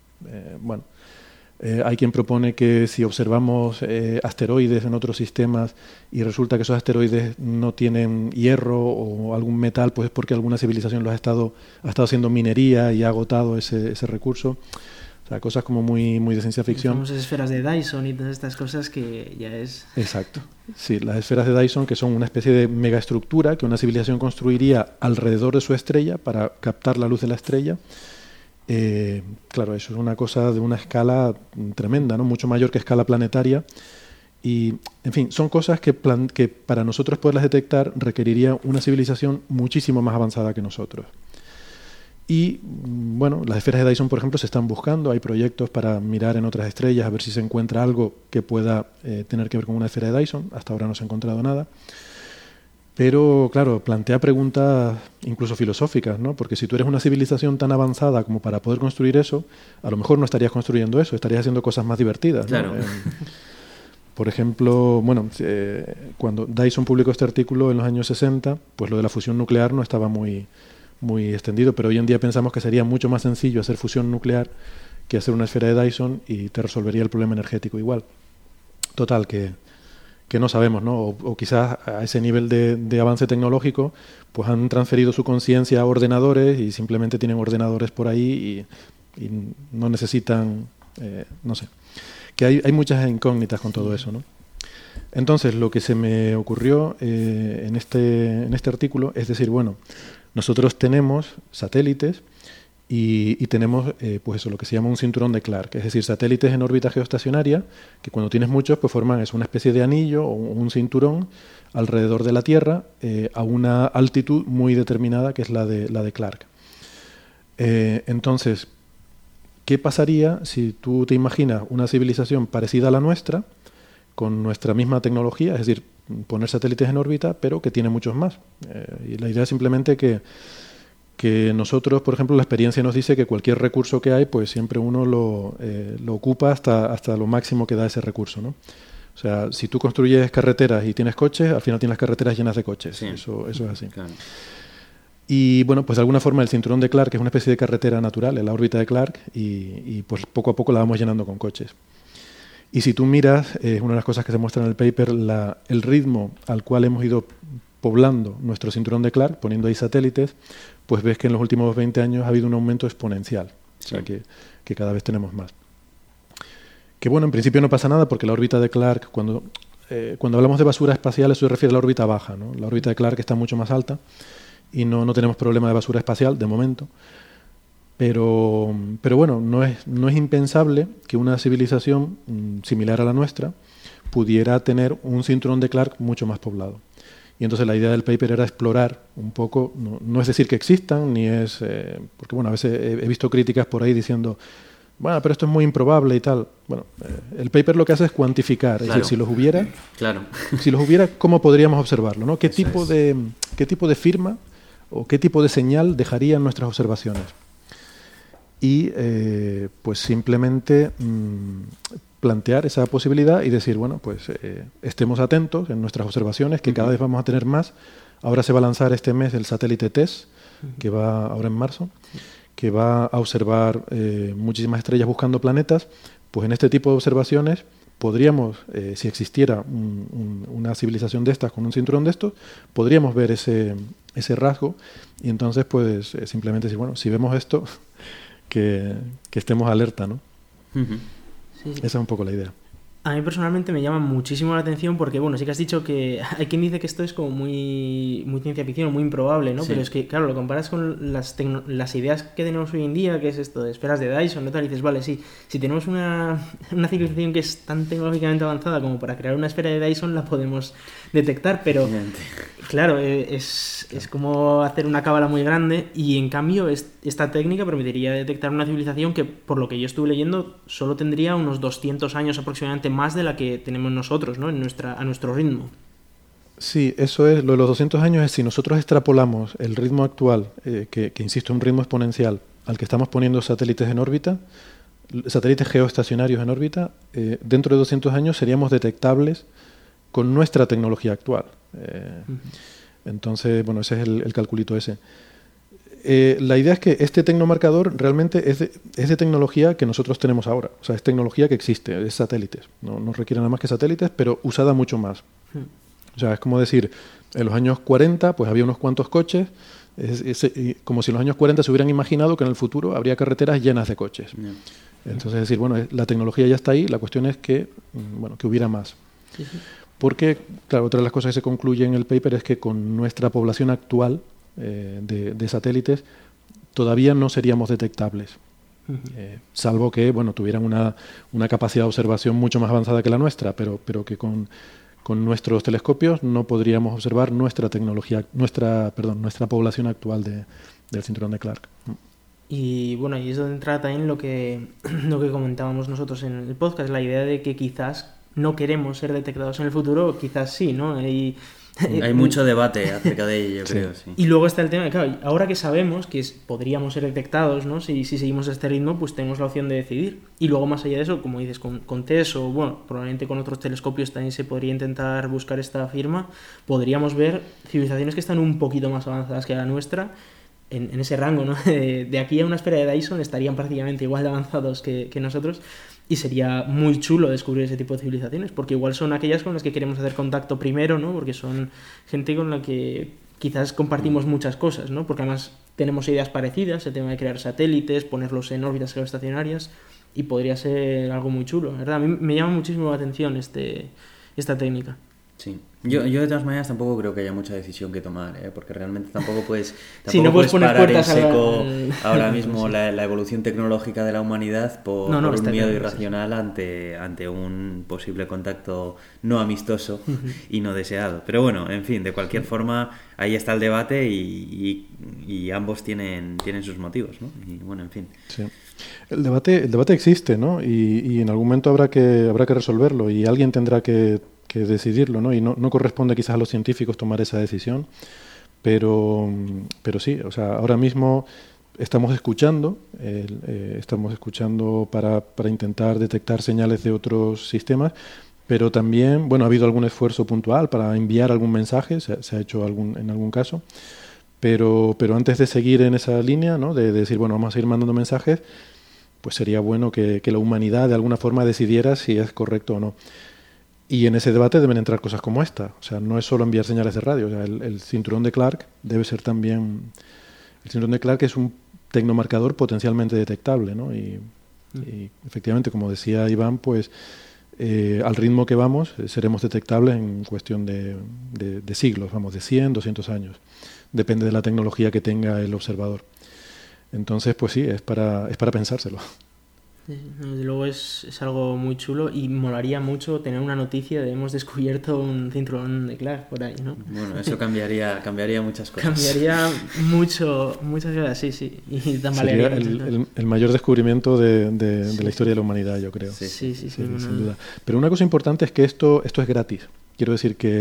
S3: Hay quien propone que si observamos asteroides en otros sistemas y resulta que esos asteroides no tienen hierro o algún metal, pues es porque alguna civilización ha estado haciendo minería y ha agotado ese recurso. O sea, cosas como muy de ciencia ficción.
S2: Las esferas de Dyson y todas estas cosas que ya es...
S3: Exacto. Sí, las esferas de Dyson, que son una especie de megaestructura que una civilización construiría alrededor de su estrella para captar la luz de la estrella. Claro, eso es una cosa de una escala tremenda, ¿no? Mucho mayor que escala planetaria. Y, en fin, son cosas que para nosotros poderlas detectar requeriría una civilización muchísimo más avanzada que nosotros. Y, bueno, las esferas de Dyson, por ejemplo, se están buscando. Hay proyectos para mirar en otras estrellas a ver si se encuentra algo que pueda tener que ver con una esfera de Dyson. Hasta ahora no se ha encontrado nada. Pero, claro, plantea preguntas incluso filosóficas, ¿no? Porque si tú eres una civilización tan avanzada como para poder construir eso, a lo mejor no estarías construyendo eso, estarías haciendo cosas más divertidas, ¿no?
S1: Claro.
S3: Por ejemplo, bueno, cuando Dyson publicó este artículo en los años 60, pues lo de la fusión nuclear no estaba muy extendido, pero hoy en día pensamos que sería mucho más sencillo hacer fusión nuclear que hacer una esfera de Dyson y te resolvería el problema energético igual. Total, que no sabemos, ¿no? O quizás a ese nivel de avance tecnológico pues han transferido su conciencia a ordenadores y simplemente tienen ordenadores por ahí y no necesitan, no sé, que hay muchas incógnitas con todo eso, ¿no? Entonces, lo que se me ocurrió en este artículo es decir, bueno, nosotros tenemos satélites y tenemos pues eso, lo que se llama un cinturón de Clark, es decir, satélites en órbita geoestacionaria que cuando tienes muchos pues forman una especie de anillo o un cinturón alrededor de la Tierra a una altitud muy determinada que es la de Clark. Entonces, ¿qué pasaría si tú te imaginas una civilización parecida a la nuestra con nuestra misma tecnología, es decir, poner satélites en órbita, pero que tiene muchos más? Y la idea es simplemente que nosotros, por ejemplo, la experiencia nos dice que cualquier recurso que hay, pues siempre uno lo ocupa hasta lo máximo que da ese recurso, ¿no? O sea, si tú construyes carreteras y tienes coches, al final tienes las carreteras llenas de coches. Sí. Eso es así. Claro. Y bueno, pues de alguna forma el cinturón de Clark es una especie de carretera natural en la órbita de Clark y pues poco a poco la vamos llenando con coches. Y si tú miras, es una de las cosas que se muestra en el paper, el ritmo al cual hemos ido poblando nuestro cinturón de Clark, poniendo ahí satélites, pues ves que en los últimos 20 años ha habido un aumento exponencial. Sí. O sea, que cada vez tenemos más. Que bueno, en principio no pasa nada porque la órbita de Clark, cuando hablamos de basura espacial, eso se refiere a la órbita baja, ¿no? La órbita de Clark está mucho más alta y no tenemos problema de basura espacial de momento. Pero bueno, no es impensable que una civilización similar a la nuestra pudiera tener un cinturón de Clark mucho más poblado. Y entonces la idea del paper era explorar un poco, no es decir que existan, ni es... porque bueno, a veces he visto críticas por ahí diciendo, bueno, pero esto es muy improbable y tal. Bueno, el paper lo que hace es cuantificar, es decir, si los hubiera, ¿cómo podríamos observarlo, ¿no? ¿Qué tipo de firma o qué tipo de señal dejarían nuestras observaciones? Y pues simplemente plantear esa posibilidad y decir, bueno, pues estemos atentos en nuestras observaciones, que cada vez vamos a tener más. Ahora se va a lanzar este mes el satélite TESS, que va ahora en marzo, que va a observar muchísimas estrellas buscando planetas. Pues en este tipo de observaciones podríamos, si existiera una civilización de estas con un cinturón de estos, podríamos ver ese rasgo y entonces pues simplemente decir, bueno, si vemos esto, que estemos alerta, ¿no?
S2: Sí.
S3: Esa es un poco la idea.
S2: A mí personalmente me llama muchísimo la atención porque, bueno, sí que has dicho que hay quien dice que esto es como muy ciencia ficción, muy improbable, ¿no?
S1: Sí.
S2: Pero es que, claro, lo comparas con las ideas que tenemos hoy en día, que es esto de esferas de Dyson, ¿no? Tal, y dices, vale, sí, si tenemos una civilización que es tan tecnológicamente avanzada como para crear una esfera de Dyson, la podemos detectar, pero, claro, es como hacer una cábala muy grande y, en cambio, esta técnica permitiría detectar una civilización que, por lo que yo estuve leyendo, solo tendría unos 200 años aproximadamente más de la que tenemos nosotros, ¿no? A nuestro ritmo.
S3: Sí, eso es, lo de los 200 años es si nosotros extrapolamos el ritmo actual, que insisto, es un ritmo exponencial, al que estamos poniendo satélites en órbita, satélites geoestacionarios en órbita, dentro de 200 años seríamos detectables con nuestra tecnología actual. Entonces, bueno, ese es el calculito ese. La idea es que este tecnomarcador realmente es de tecnología que nosotros tenemos ahora. O sea, es tecnología que existe, es satélites. No requiere nada más que satélites, pero usada mucho más. O sea, es como decir, en los años 40 pues había unos cuantos coches, como si en los años 40 se hubieran imaginado que en el futuro habría carreteras llenas de coches. Entonces, es decir, bueno, la tecnología ya está ahí, la cuestión es que hubiera más. Porque, claro, otra de las cosas que se concluye en el paper es que con nuestra población actual de satélites todavía no seríamos detectables, salvo que tuvieran una capacidad de observación mucho más avanzada que la nuestra, pero que con nuestros telescopios no podríamos observar nuestra población actual del cinturón de Clark.
S2: Y bueno, y es donde entra también lo que comentábamos nosotros en el podcast, la idea de que quizás no queremos ser detectados en el futuro, quizás sí, ¿no?
S1: Hay mucho debate acerca de ello, creo, sí.
S2: Y luego está el tema de, claro, ahora que sabemos que podríamos ser detectados, ¿no? Si seguimos este ritmo, pues tenemos la opción de decidir. Y luego, más allá de eso, como dices, con TESS o, probablemente con otros telescopios también se podría intentar buscar esta firma, podríamos ver civilizaciones que están un poquito más avanzadas que la nuestra, en ese rango, ¿no? De aquí a una esfera de Dyson estarían prácticamente igual de avanzados que nosotros. Y sería muy chulo descubrir ese tipo de civilizaciones, porque igual son aquellas con las que queremos hacer contacto primero, ¿no? Porque son gente con la que quizás compartimos muchas cosas, ¿no? Porque además tenemos ideas parecidas, el tema de crear satélites, ponerlos en órbitas geoestacionarias, y podría ser algo muy chulo, ¿verdad? A mí me llama muchísimo la atención esta técnica.
S1: Sí. Yo de todas maneras tampoco creo que haya mucha decisión que tomar, porque realmente tampoco puedes
S2: poner
S1: parar en
S2: puertas
S1: seco ahora mismo la evolución tecnológica de la humanidad por un miedo irracional ante un posible contacto no amistoso y no deseado. Pero bueno, en fin, de cualquier forma, ahí está el debate y ambos tienen sus motivos, ¿no? Y bueno, en fin.
S3: Sí. El debate existe, ¿no? Y en algún momento habrá que resolverlo y alguien tendrá que decidirlo, ¿no? Y no corresponde quizás a los científicos tomar esa decisión, pero sí, o sea, ahora mismo estamos escuchando para intentar detectar señales de otros sistemas, pero también, ha habido algún esfuerzo puntual para enviar algún mensaje, se ha hecho en algún caso, pero antes de seguir en esa línea, ¿no? De decir, vamos a seguir mandando mensajes, pues sería bueno que la humanidad de alguna forma decidiera si es correcto o no. Y en ese debate deben entrar cosas como esta. O sea, no es solo enviar señales de radio. O sea, el cinturón de Clark debe ser también... El cinturón de Clark es un tecnomarcador potencialmente detectable, ¿no? Y efectivamente, como decía Iván, pues al ritmo que vamos, seremos detectables en cuestión de siglos, de 100, 200 años. Depende de la tecnología que tenga el observador. Entonces, pues sí, es para pensárselo.
S2: Desde luego es algo muy chulo y molaría mucho tener una noticia de hemos descubierto un cinturón de Clark por ahí, ¿no?
S1: Bueno, eso cambiaría muchas cosas.
S2: Cambiaría muchas cosas, sí. Y
S3: sería el mayor descubrimiento de la historia de la humanidad, yo creo.
S2: Sí,
S3: sin duda. Pero una cosa importante es que esto es gratis. Quiero decir que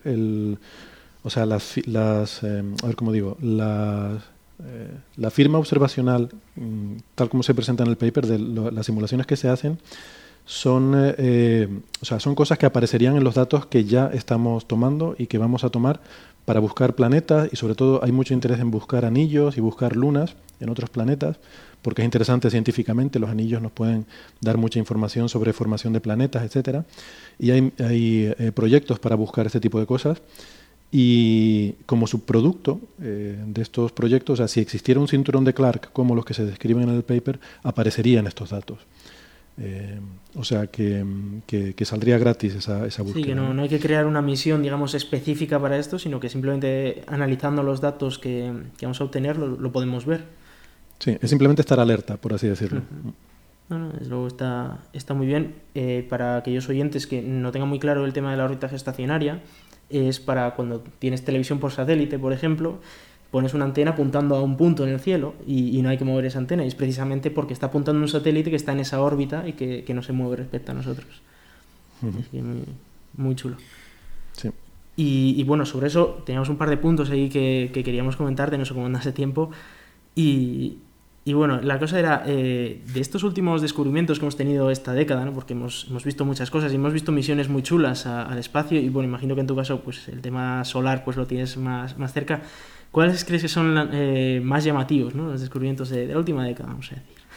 S3: a ver cómo digo, la firma observacional, tal como se presenta en el paper, de las simulaciones que se hacen, son cosas que aparecerían en los datos que ya estamos tomando y que vamos a tomar para buscar planetas, y sobre todo hay mucho interés en buscar anillos y buscar lunas en otros planetas, porque es interesante científicamente, los anillos nos pueden dar mucha información sobre formación de planetas, etcétera, y hay proyectos para buscar este tipo de cosas. Y como subproducto de estos proyectos, o sea, si existiera un cinturón de Clark como los que se describen en el paper, aparecerían estos datos. O sea que saldría gratis esa búsqueda.
S2: Sí, que no hay que crear una misión, digamos, específica para esto, sino que simplemente analizando los datos que vamos a obtener lo podemos ver.
S3: Sí, es simplemente estar alerta, por así decirlo.
S2: No, desde luego está muy bien. Para aquellos oyentes que no tengan muy claro el tema de la órbita geoestacionaria, es para cuando tienes televisión por satélite, por ejemplo, pones una antena apuntando a un punto en el cielo y no hay que mover esa antena. Y es precisamente porque está apuntando un satélite que está en esa órbita y que no se mueve respecto a nosotros. Así que muy chulo.
S3: Sí.
S2: Y bueno, sobre eso teníamos un par de puntos ahí que queríamos comentarte, no sé cómo andase tiempo. Y bueno, la cosa era de estos últimos descubrimientos que hemos tenido esta década, ¿no? Porque hemos visto muchas cosas y hemos visto misiones muy chulas al espacio y bueno, imagino que en tu caso pues el tema solar pues lo tienes más cerca. ¿Cuáles crees que son más llamativos, ¿no? Los descubrimientos de la última década, vamos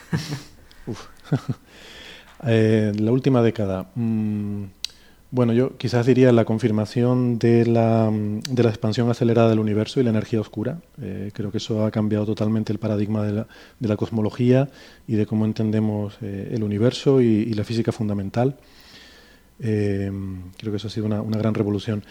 S2: a decir?
S3: La última década. Bueno, yo quizás diría la confirmación de la expansión acelerada del universo y la energía oscura. Creo que eso ha cambiado totalmente el paradigma de la cosmología y de cómo entendemos el universo y la física fundamental. Creo que eso ha sido una gran revolución.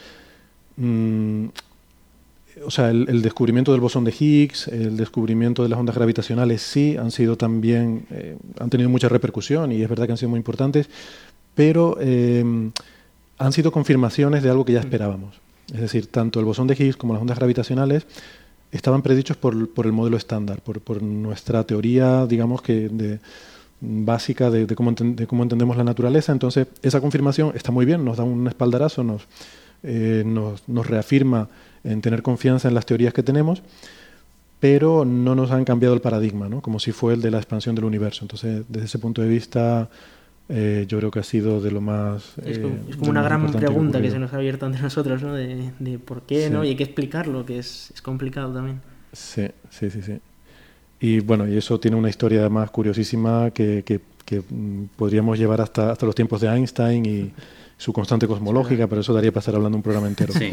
S3: O sea, el descubrimiento del bosón de Higgs, el descubrimiento de las ondas gravitacionales sí han sido también, han tenido mucha repercusión y es verdad que han sido muy importantes, pero han sido confirmaciones de algo que ya esperábamos. Es decir, tanto el bosón de Higgs como las ondas gravitacionales estaban predichos por el modelo estándar, por nuestra teoría, digamos que básica de cómo entendemos la naturaleza. Entonces, esa confirmación está muy bien, nos da un espaldarazo, nos reafirma en tener confianza en las teorías que tenemos, pero no nos han cambiado el paradigma, ¿no? Como si fue el de la expansión del universo. Entonces, desde ese punto de vista, yo creo que ha sido de lo más...
S2: Es como una gran pregunta que se nos ha abierto ante nosotros, ¿no? De por qué, sí. ¿No? Y hay que explicarlo, que es complicado también.
S3: Sí. Y bueno, y eso tiene una historia además curiosísima que podríamos llevar hasta los tiempos de Einstein y su constante cosmológica, pero eso daría para estar hablando un programa entero.
S1: Sí.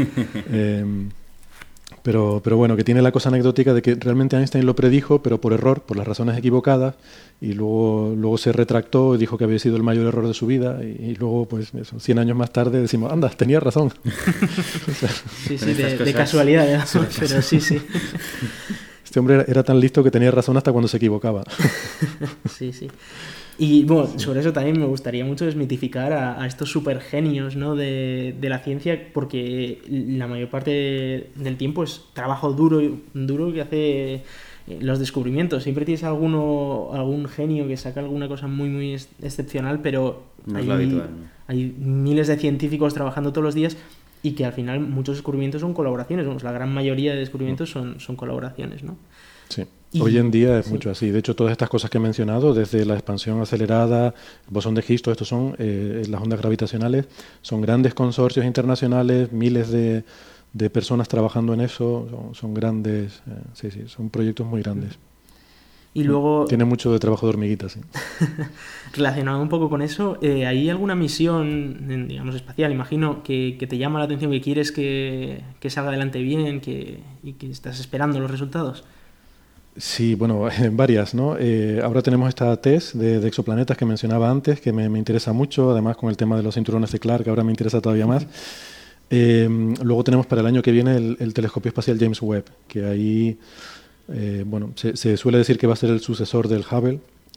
S3: Pero bueno, que tiene la cosa anecdótica de que realmente Einstein lo predijo, pero por error, por las razones equivocadas, y luego se retractó y dijo que había sido el mayor error de su vida, y luego, pues, 100 años más tarde decimos, anda, tenía razón.
S2: O sea, sí, de casualidad, ¿eh? Pero sí.
S3: Este hombre era tan listo que tenía razón hasta cuando se equivocaba.
S2: Sí. Y bueno, sobre eso también me gustaría mucho desmitificar a estos supergenios, ¿no? de la ciencia, porque la mayor parte del tiempo es trabajo duro que hace los descubrimientos. Siempre tienes algún genio que saca alguna cosa muy excepcional, pero
S1: no es lo habitual, ¿no?
S2: Hay miles de científicos trabajando todos los días y que al final muchos descubrimientos son colaboraciones. Vamos, la gran mayoría de descubrimientos son colaboraciones, ¿no?
S3: Sí. Hoy en día es mucho así. De hecho, todas estas cosas que he mencionado, desde la expansión acelerada, el bosón de Higgs, todo esto son las ondas gravitacionales, son grandes consorcios internacionales, miles de personas trabajando en eso, son grandes, son proyectos muy grandes.
S2: Y luego...
S3: Tiene mucho de trabajo de hormiguita, sí.
S2: Relacionado un poco con eso, ¿hay alguna misión, digamos, espacial, imagino, que te llama la atención, que quieres que salga adelante bien y que estás esperando los resultados?
S3: Sí, bueno, varias, ¿no? Ahora tenemos esta TESS de exoplanetas que mencionaba antes, que me interesa mucho, además con el tema de los cinturones de Clark, ahora me interesa todavía más. Luego tenemos para el año que viene el telescopio espacial James Webb, que ahí, se suele decir que va a ser el sucesor del Hubble.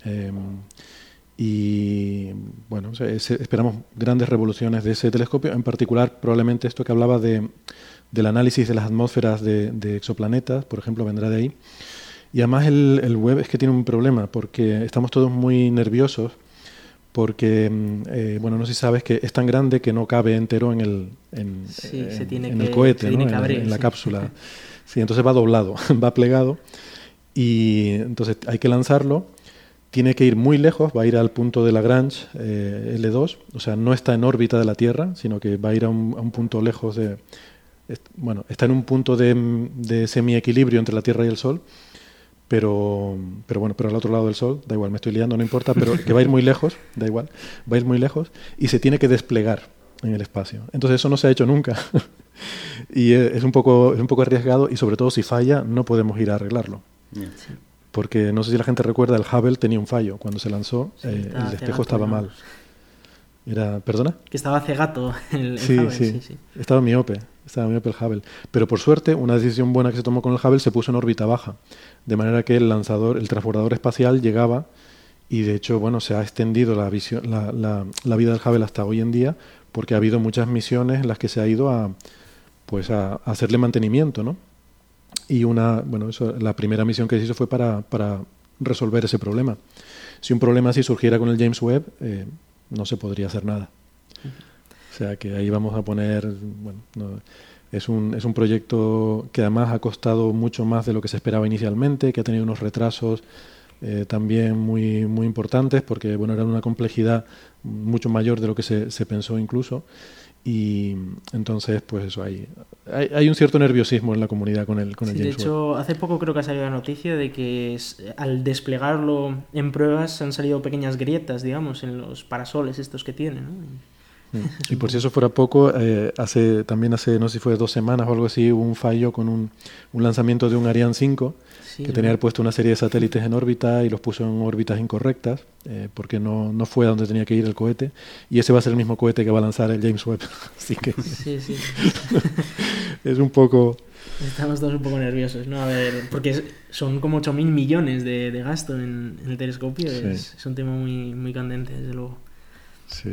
S3: Y bueno, esperamos grandes revoluciones de ese telescopio, en particular probablemente esto que hablaba del análisis de las atmósferas de exoplanetas, por ejemplo, vendrá de ahí. Y además el web es que tiene un problema, porque estamos todos muy nerviosos, porque, no sé si sabes que es tan grande que no cabe entero en el cohete, ¿no? en la cápsula. Sí, entonces va doblado, va plegado, y entonces hay que lanzarlo. Tiene que ir muy lejos, va a ir al punto de Lagrange, L2, o sea, no está en órbita de la Tierra, sino que va a ir a un punto lejos está en un punto de semiequilibrio entre la Tierra y el Sol, pero al otro lado del Sol, da igual, me estoy liando, no importa, pero que va a ir muy lejos, da igual, va a ir muy lejos y se tiene que desplegar en el espacio. Entonces eso no se ha hecho nunca y es un poco arriesgado, y sobre todo si falla no podemos ir a arreglarlo.
S1: Sí.
S3: porque no sé si la gente recuerda, el Hubble tenía un fallo. Cuando se lanzó,
S2: Sí,
S3: el espejo estaba mal. ¿Perdona?
S2: Que estaba cegato el
S3: Sí,
S2: Hubble,
S3: sí. Estaba miope el Hubble. Pero por suerte, una decisión buena que se tomó con el Hubble, se puso en órbita baja. De manera que el transbordador espacial llegaba, y de hecho, bueno, se ha extendido la vida del Hubble hasta hoy en día, porque ha habido muchas misiones en las que se ha ido a hacerle mantenimiento, ¿no? Y la primera misión que se hizo fue para resolver ese problema. Si un problema así surgiera con el James Webb, no se podría hacer nada. O sea que ahí vamos a poner, es un proyecto que además ha costado mucho más de lo que se esperaba inicialmente, que ha tenido unos retrasos también muy, muy importantes, porque era una complejidad mucho mayor de lo que se pensó incluso. Y entonces, pues eso, hay un cierto nerviosismo en la comunidad con el James Webb.
S2: De hecho, hace poco creo que ha salido la noticia de que al desplegarlo en pruebas han salido pequeñas grietas, digamos, en los parasoles estos que tiene, ¿no?
S3: Y por si eso fuera poco, hace, no sé si fue 2 semanas o algo así, hubo un fallo con un lanzamiento de un Ariane 5, que tenía puesto una serie de satélites en órbita y los puso en órbitas incorrectas, porque no fue a donde tenía que ir el cohete, y ese va a ser el mismo cohete que va a lanzar el James Webb. Así que
S2: sí.
S3: es un poco...
S2: Estamos todos un poco nerviosos, ¿no? A ver, porque son como 8.000 millones de gasto en el telescopio, es un tema muy, muy candente, desde luego.
S3: Sí.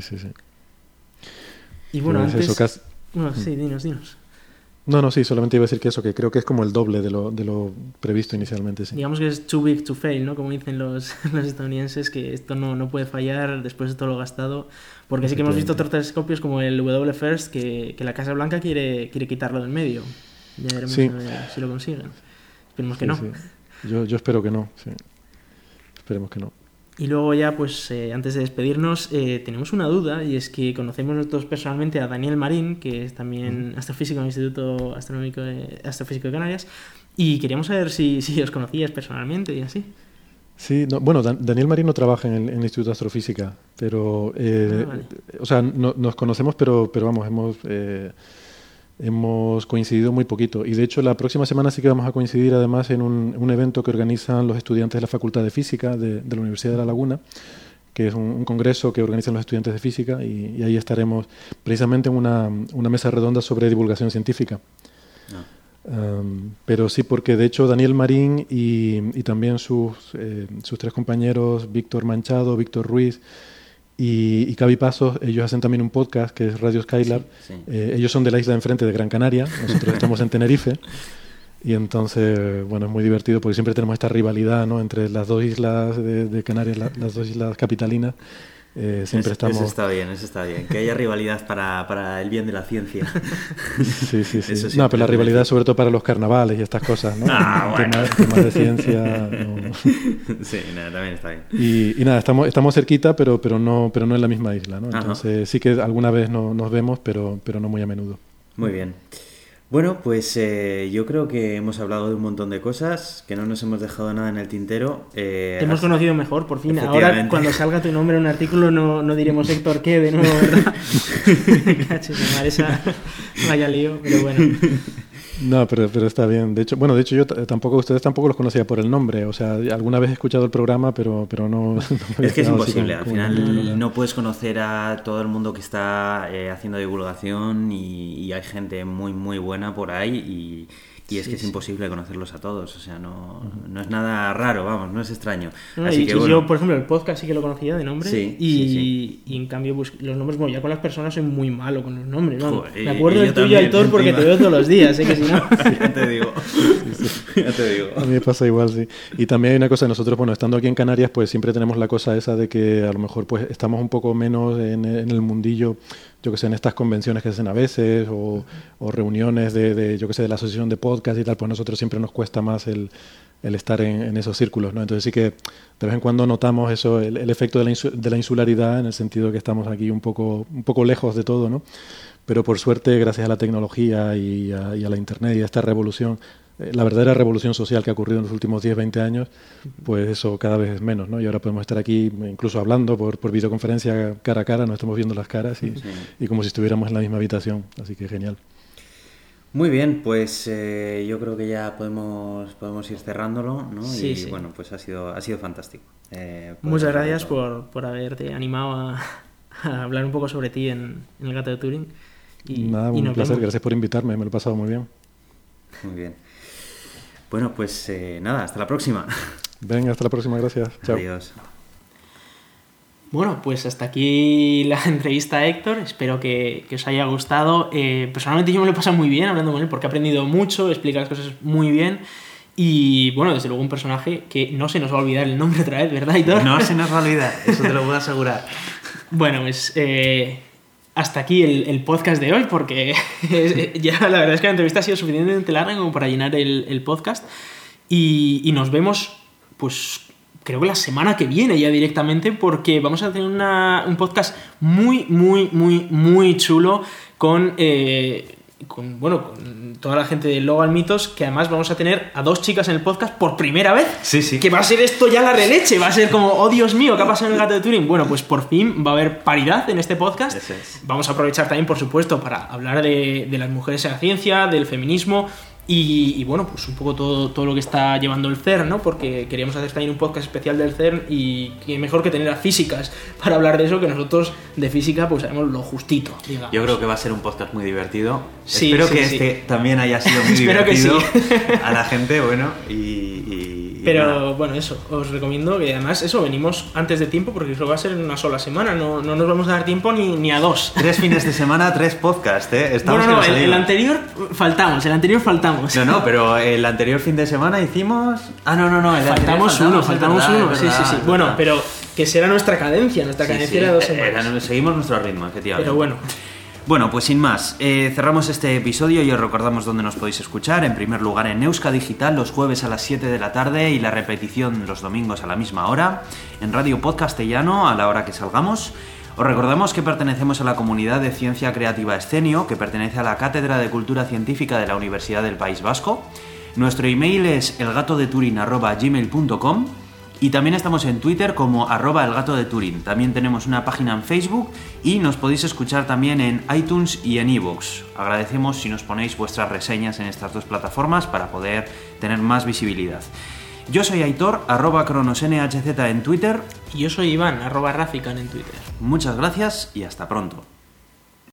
S2: Y bueno,
S3: pues
S2: antes... sí, dinos.
S3: No, sí, solamente iba a decir que eso, que creo que es como el doble de lo previsto inicialmente, sí.
S2: Digamos que es too big to fail, ¿no? Como dicen los estadounidenses, que esto no puede fallar después de todo lo gastado, porque sí que hemos visto otros telescopios como el WFIRST, que la Casa Blanca quiere quitarlo del medio. Ya veremos a ver si lo consiguen. Esperemos que no.
S3: Sí. Yo espero que no, sí. Esperemos que no.
S2: Y luego ya, pues antes de despedirnos, tenemos una duda, y es que conocemos nosotros personalmente a Daniel Marín, que es también astrofísico en el Instituto Astrofísico de Canarias, y queríamos saber si os conocías personalmente y así.
S3: Sí, Daniel Marín no trabaja en el Instituto de Astrofísica, pero vale. O sea, nos conocemos, pero vamos, hemos coincidido muy poquito, y de hecho la próxima semana sí que vamos a coincidir además en un evento que organizan los estudiantes de la Facultad de Física de la Universidad de La Laguna, que es un congreso que organizan los estudiantes de física, y ahí estaremos precisamente en una mesa redonda sobre divulgación científica. Pero sí, porque de hecho Daniel Marín y también sus 3 compañeros, Víctor Manchado, Víctor Ruiz y Cavi Pasos, ellos hacen también un podcast que es Radio Skylab. Sí. Ellos son de la isla de enfrente de Gran Canaria, nosotros estamos en Tenerife, y entonces, es muy divertido porque siempre tenemos esta rivalidad, ¿no?, entre las 2 islas de Canarias, las 2 islas capitalinas. Siempre estamos...
S1: Eso está bien, que haya rivalidad para el bien de la ciencia.
S3: Sí. No, pero la rivalidad sobre todo para los carnavales y estas cosas, ¿no? Temas de ciencia. No.
S1: Sí, también está bien.
S3: Y nada, estamos cerquita, pero no en la misma isla, ¿no? Entonces sí que alguna vez nos vemos, pero no muy a menudo.
S1: Muy bien. Bueno, pues yo creo que hemos hablado de un montón de cosas, que no nos hemos dejado nada en el tintero.
S2: Te hemos conocido mejor, por fin. Ahora, cuando salga tu nombre en un artículo, no diremos Héctor qué de nuevo, ¿verdad? Vaya lío, pero bueno.
S3: No, pero está bien. De hecho yo ustedes tampoco los conocía por el nombre. O sea, alguna vez he escuchado el programa, pero no
S1: es que es imposible. Al final no puedes conocer a todo el mundo que está haciendo divulgación, y hay gente muy, muy buena por ahí, y es que es imposible conocerlos a todos. O sea, no es nada raro, vamos, no es extraño.
S2: Así que yo, por ejemplo, el podcast sí que lo conocía de nombre, y en cambio los nombres, ya con las personas soy muy malo con los nombres, ¿no?
S1: Joder,
S2: me acuerdo del tuyo, Aitor, porque te veo todos los días, que si no...
S1: Ya te digo.
S3: A mí me pasa igual, sí. Y también hay una cosa, nosotros, estando aquí en Canarias, pues siempre tenemos la cosa esa de que a lo mejor pues estamos un poco menos en el mundillo, yo que sé, en estas convenciones que se hacen a veces, o reuniones de yo que sé, de la asociación de podcast y tal, pues a nosotros siempre nos cuesta más el estar en esos círculos, ¿no? Entonces sí que de vez en cuando notamos eso, el efecto de la insularidad, en el sentido de que estamos aquí un poco lejos de todo, ¿no? Pero por suerte, gracias a la tecnología y a la internet y a esta revolución, la verdadera revolución social que ha ocurrido en los últimos 10, 20 años, pues eso cada vez es menos, ¿no? Y ahora podemos estar aquí incluso hablando por videoconferencia cara a cara, nos estamos viendo las caras y como si estuviéramos en la misma habitación, así que genial.
S1: Muy bien, pues yo creo que ya podemos ir cerrándolo, ¿no?
S2: Sí,
S1: y
S2: sí.
S1: bueno, pues ha sido fantástico.
S2: Muchas gracias por haberte animado a hablar un poco sobre ti en El Gato de Turing.
S3: Nada,
S2: y
S3: un
S2: nos
S3: placer,
S2: vemos.
S3: gracias por invitarme, me lo he pasado muy bien.
S1: Muy bien. Bueno, pues nada, hasta la próxima.
S3: Venga, hasta la próxima, gracias. Chao.
S1: Adiós.
S2: Bueno, pues hasta aquí la entrevista a Héctor. Espero que os haya gustado. Personalmente yo me lo he pasado muy bien hablando con él porque he aprendido mucho, explica las cosas muy bien. Y bueno, desde luego un personaje que no se nos va a olvidar el nombre otra vez, ¿verdad, Héctor?
S1: No se nos va a olvidar, eso te lo puedo asegurar.
S2: Bueno, pues hasta aquí el podcast de hoy porque ya la verdad es que la entrevista ha sido suficientemente larga como para llenar el podcast. Y nos vemos, pues creo que la semana que viene ya directamente, porque vamos a tener un podcast muy, muy, muy, muy chulo con toda la gente de Logal Mitos, que además vamos a tener a 2 chicas en el podcast por primera vez.
S1: Sí.
S2: Que va a ser esto ya la releche, va a ser como, oh Dios mío, ¿qué ha pasado en El Gato de Turing? Bueno, pues por fin va a haber paridad en este podcast.
S1: Eso es.
S2: Vamos a aprovechar también, por supuesto, para hablar de las mujeres en la ciencia, del feminismo y bueno, pues un poco todo lo que está llevando el CERN, ¿no? Porque queríamos hacer también un podcast especial del CERN y qué mejor que tener a físicas para hablar de eso, que nosotros de física pues sabemos lo justito, digamos.
S1: Yo creo que va a ser un podcast muy divertido.
S2: Sí,
S1: Espero
S2: sí,
S1: que
S2: sí.
S1: este también haya sido muy
S2: Espero que
S1: divertido
S2: sí.
S1: a la gente, bueno,
S2: Pero
S1: nada.
S2: bueno, eso, os recomiendo que además eso, venimos antes de tiempo porque eso va a ser en una sola semana, no nos vamos a dar tiempo ni a 2.
S1: 3 fines de semana, 3 podcasts, ¿eh? Estamos
S2: Bueno,
S1: que nos
S2: el
S1: salimos.
S2: anterior faltamos.
S1: No, pero el anterior fin de semana hicimos... Ah, no, el
S2: Faltamos
S1: anterior
S2: uno,
S1: es
S2: faltamos
S1: verdad,
S2: uno,
S1: es
S2: sí.
S1: verdad, es
S2: Bueno,
S1: verdad.
S2: pero que será nuestra cadencia era de 2 semanas.
S1: Seguimos nuestro ritmo, efectivamente.
S2: Pero bueno,
S1: Bueno, pues sin más, cerramos este episodio y os recordamos dónde nos podéis escuchar. En primer lugar en Euska Digital los jueves a las 7 de la tarde y la repetición los domingos a la misma hora. En Radio Podcastellano a la hora que salgamos. Os recordamos que pertenecemos a la comunidad de Ciencia Creativa Escenio, que pertenece a la Cátedra de Cultura Científica de la Universidad del País Vasco. Nuestro email es elgatodeturin@gmail.com. Y también estamos en Twitter como @elgatodeturin. También tenemos una página en Facebook y nos podéis escuchar también en iTunes y en iVoox. Agradecemos si nos ponéis vuestras reseñas en estas 2 plataformas para poder tener más visibilidad. Yo soy Aitor, @cronosnhz en Twitter.
S2: y yo soy Iván, @Rafican en Twitter.
S1: Muchas gracias y hasta pronto.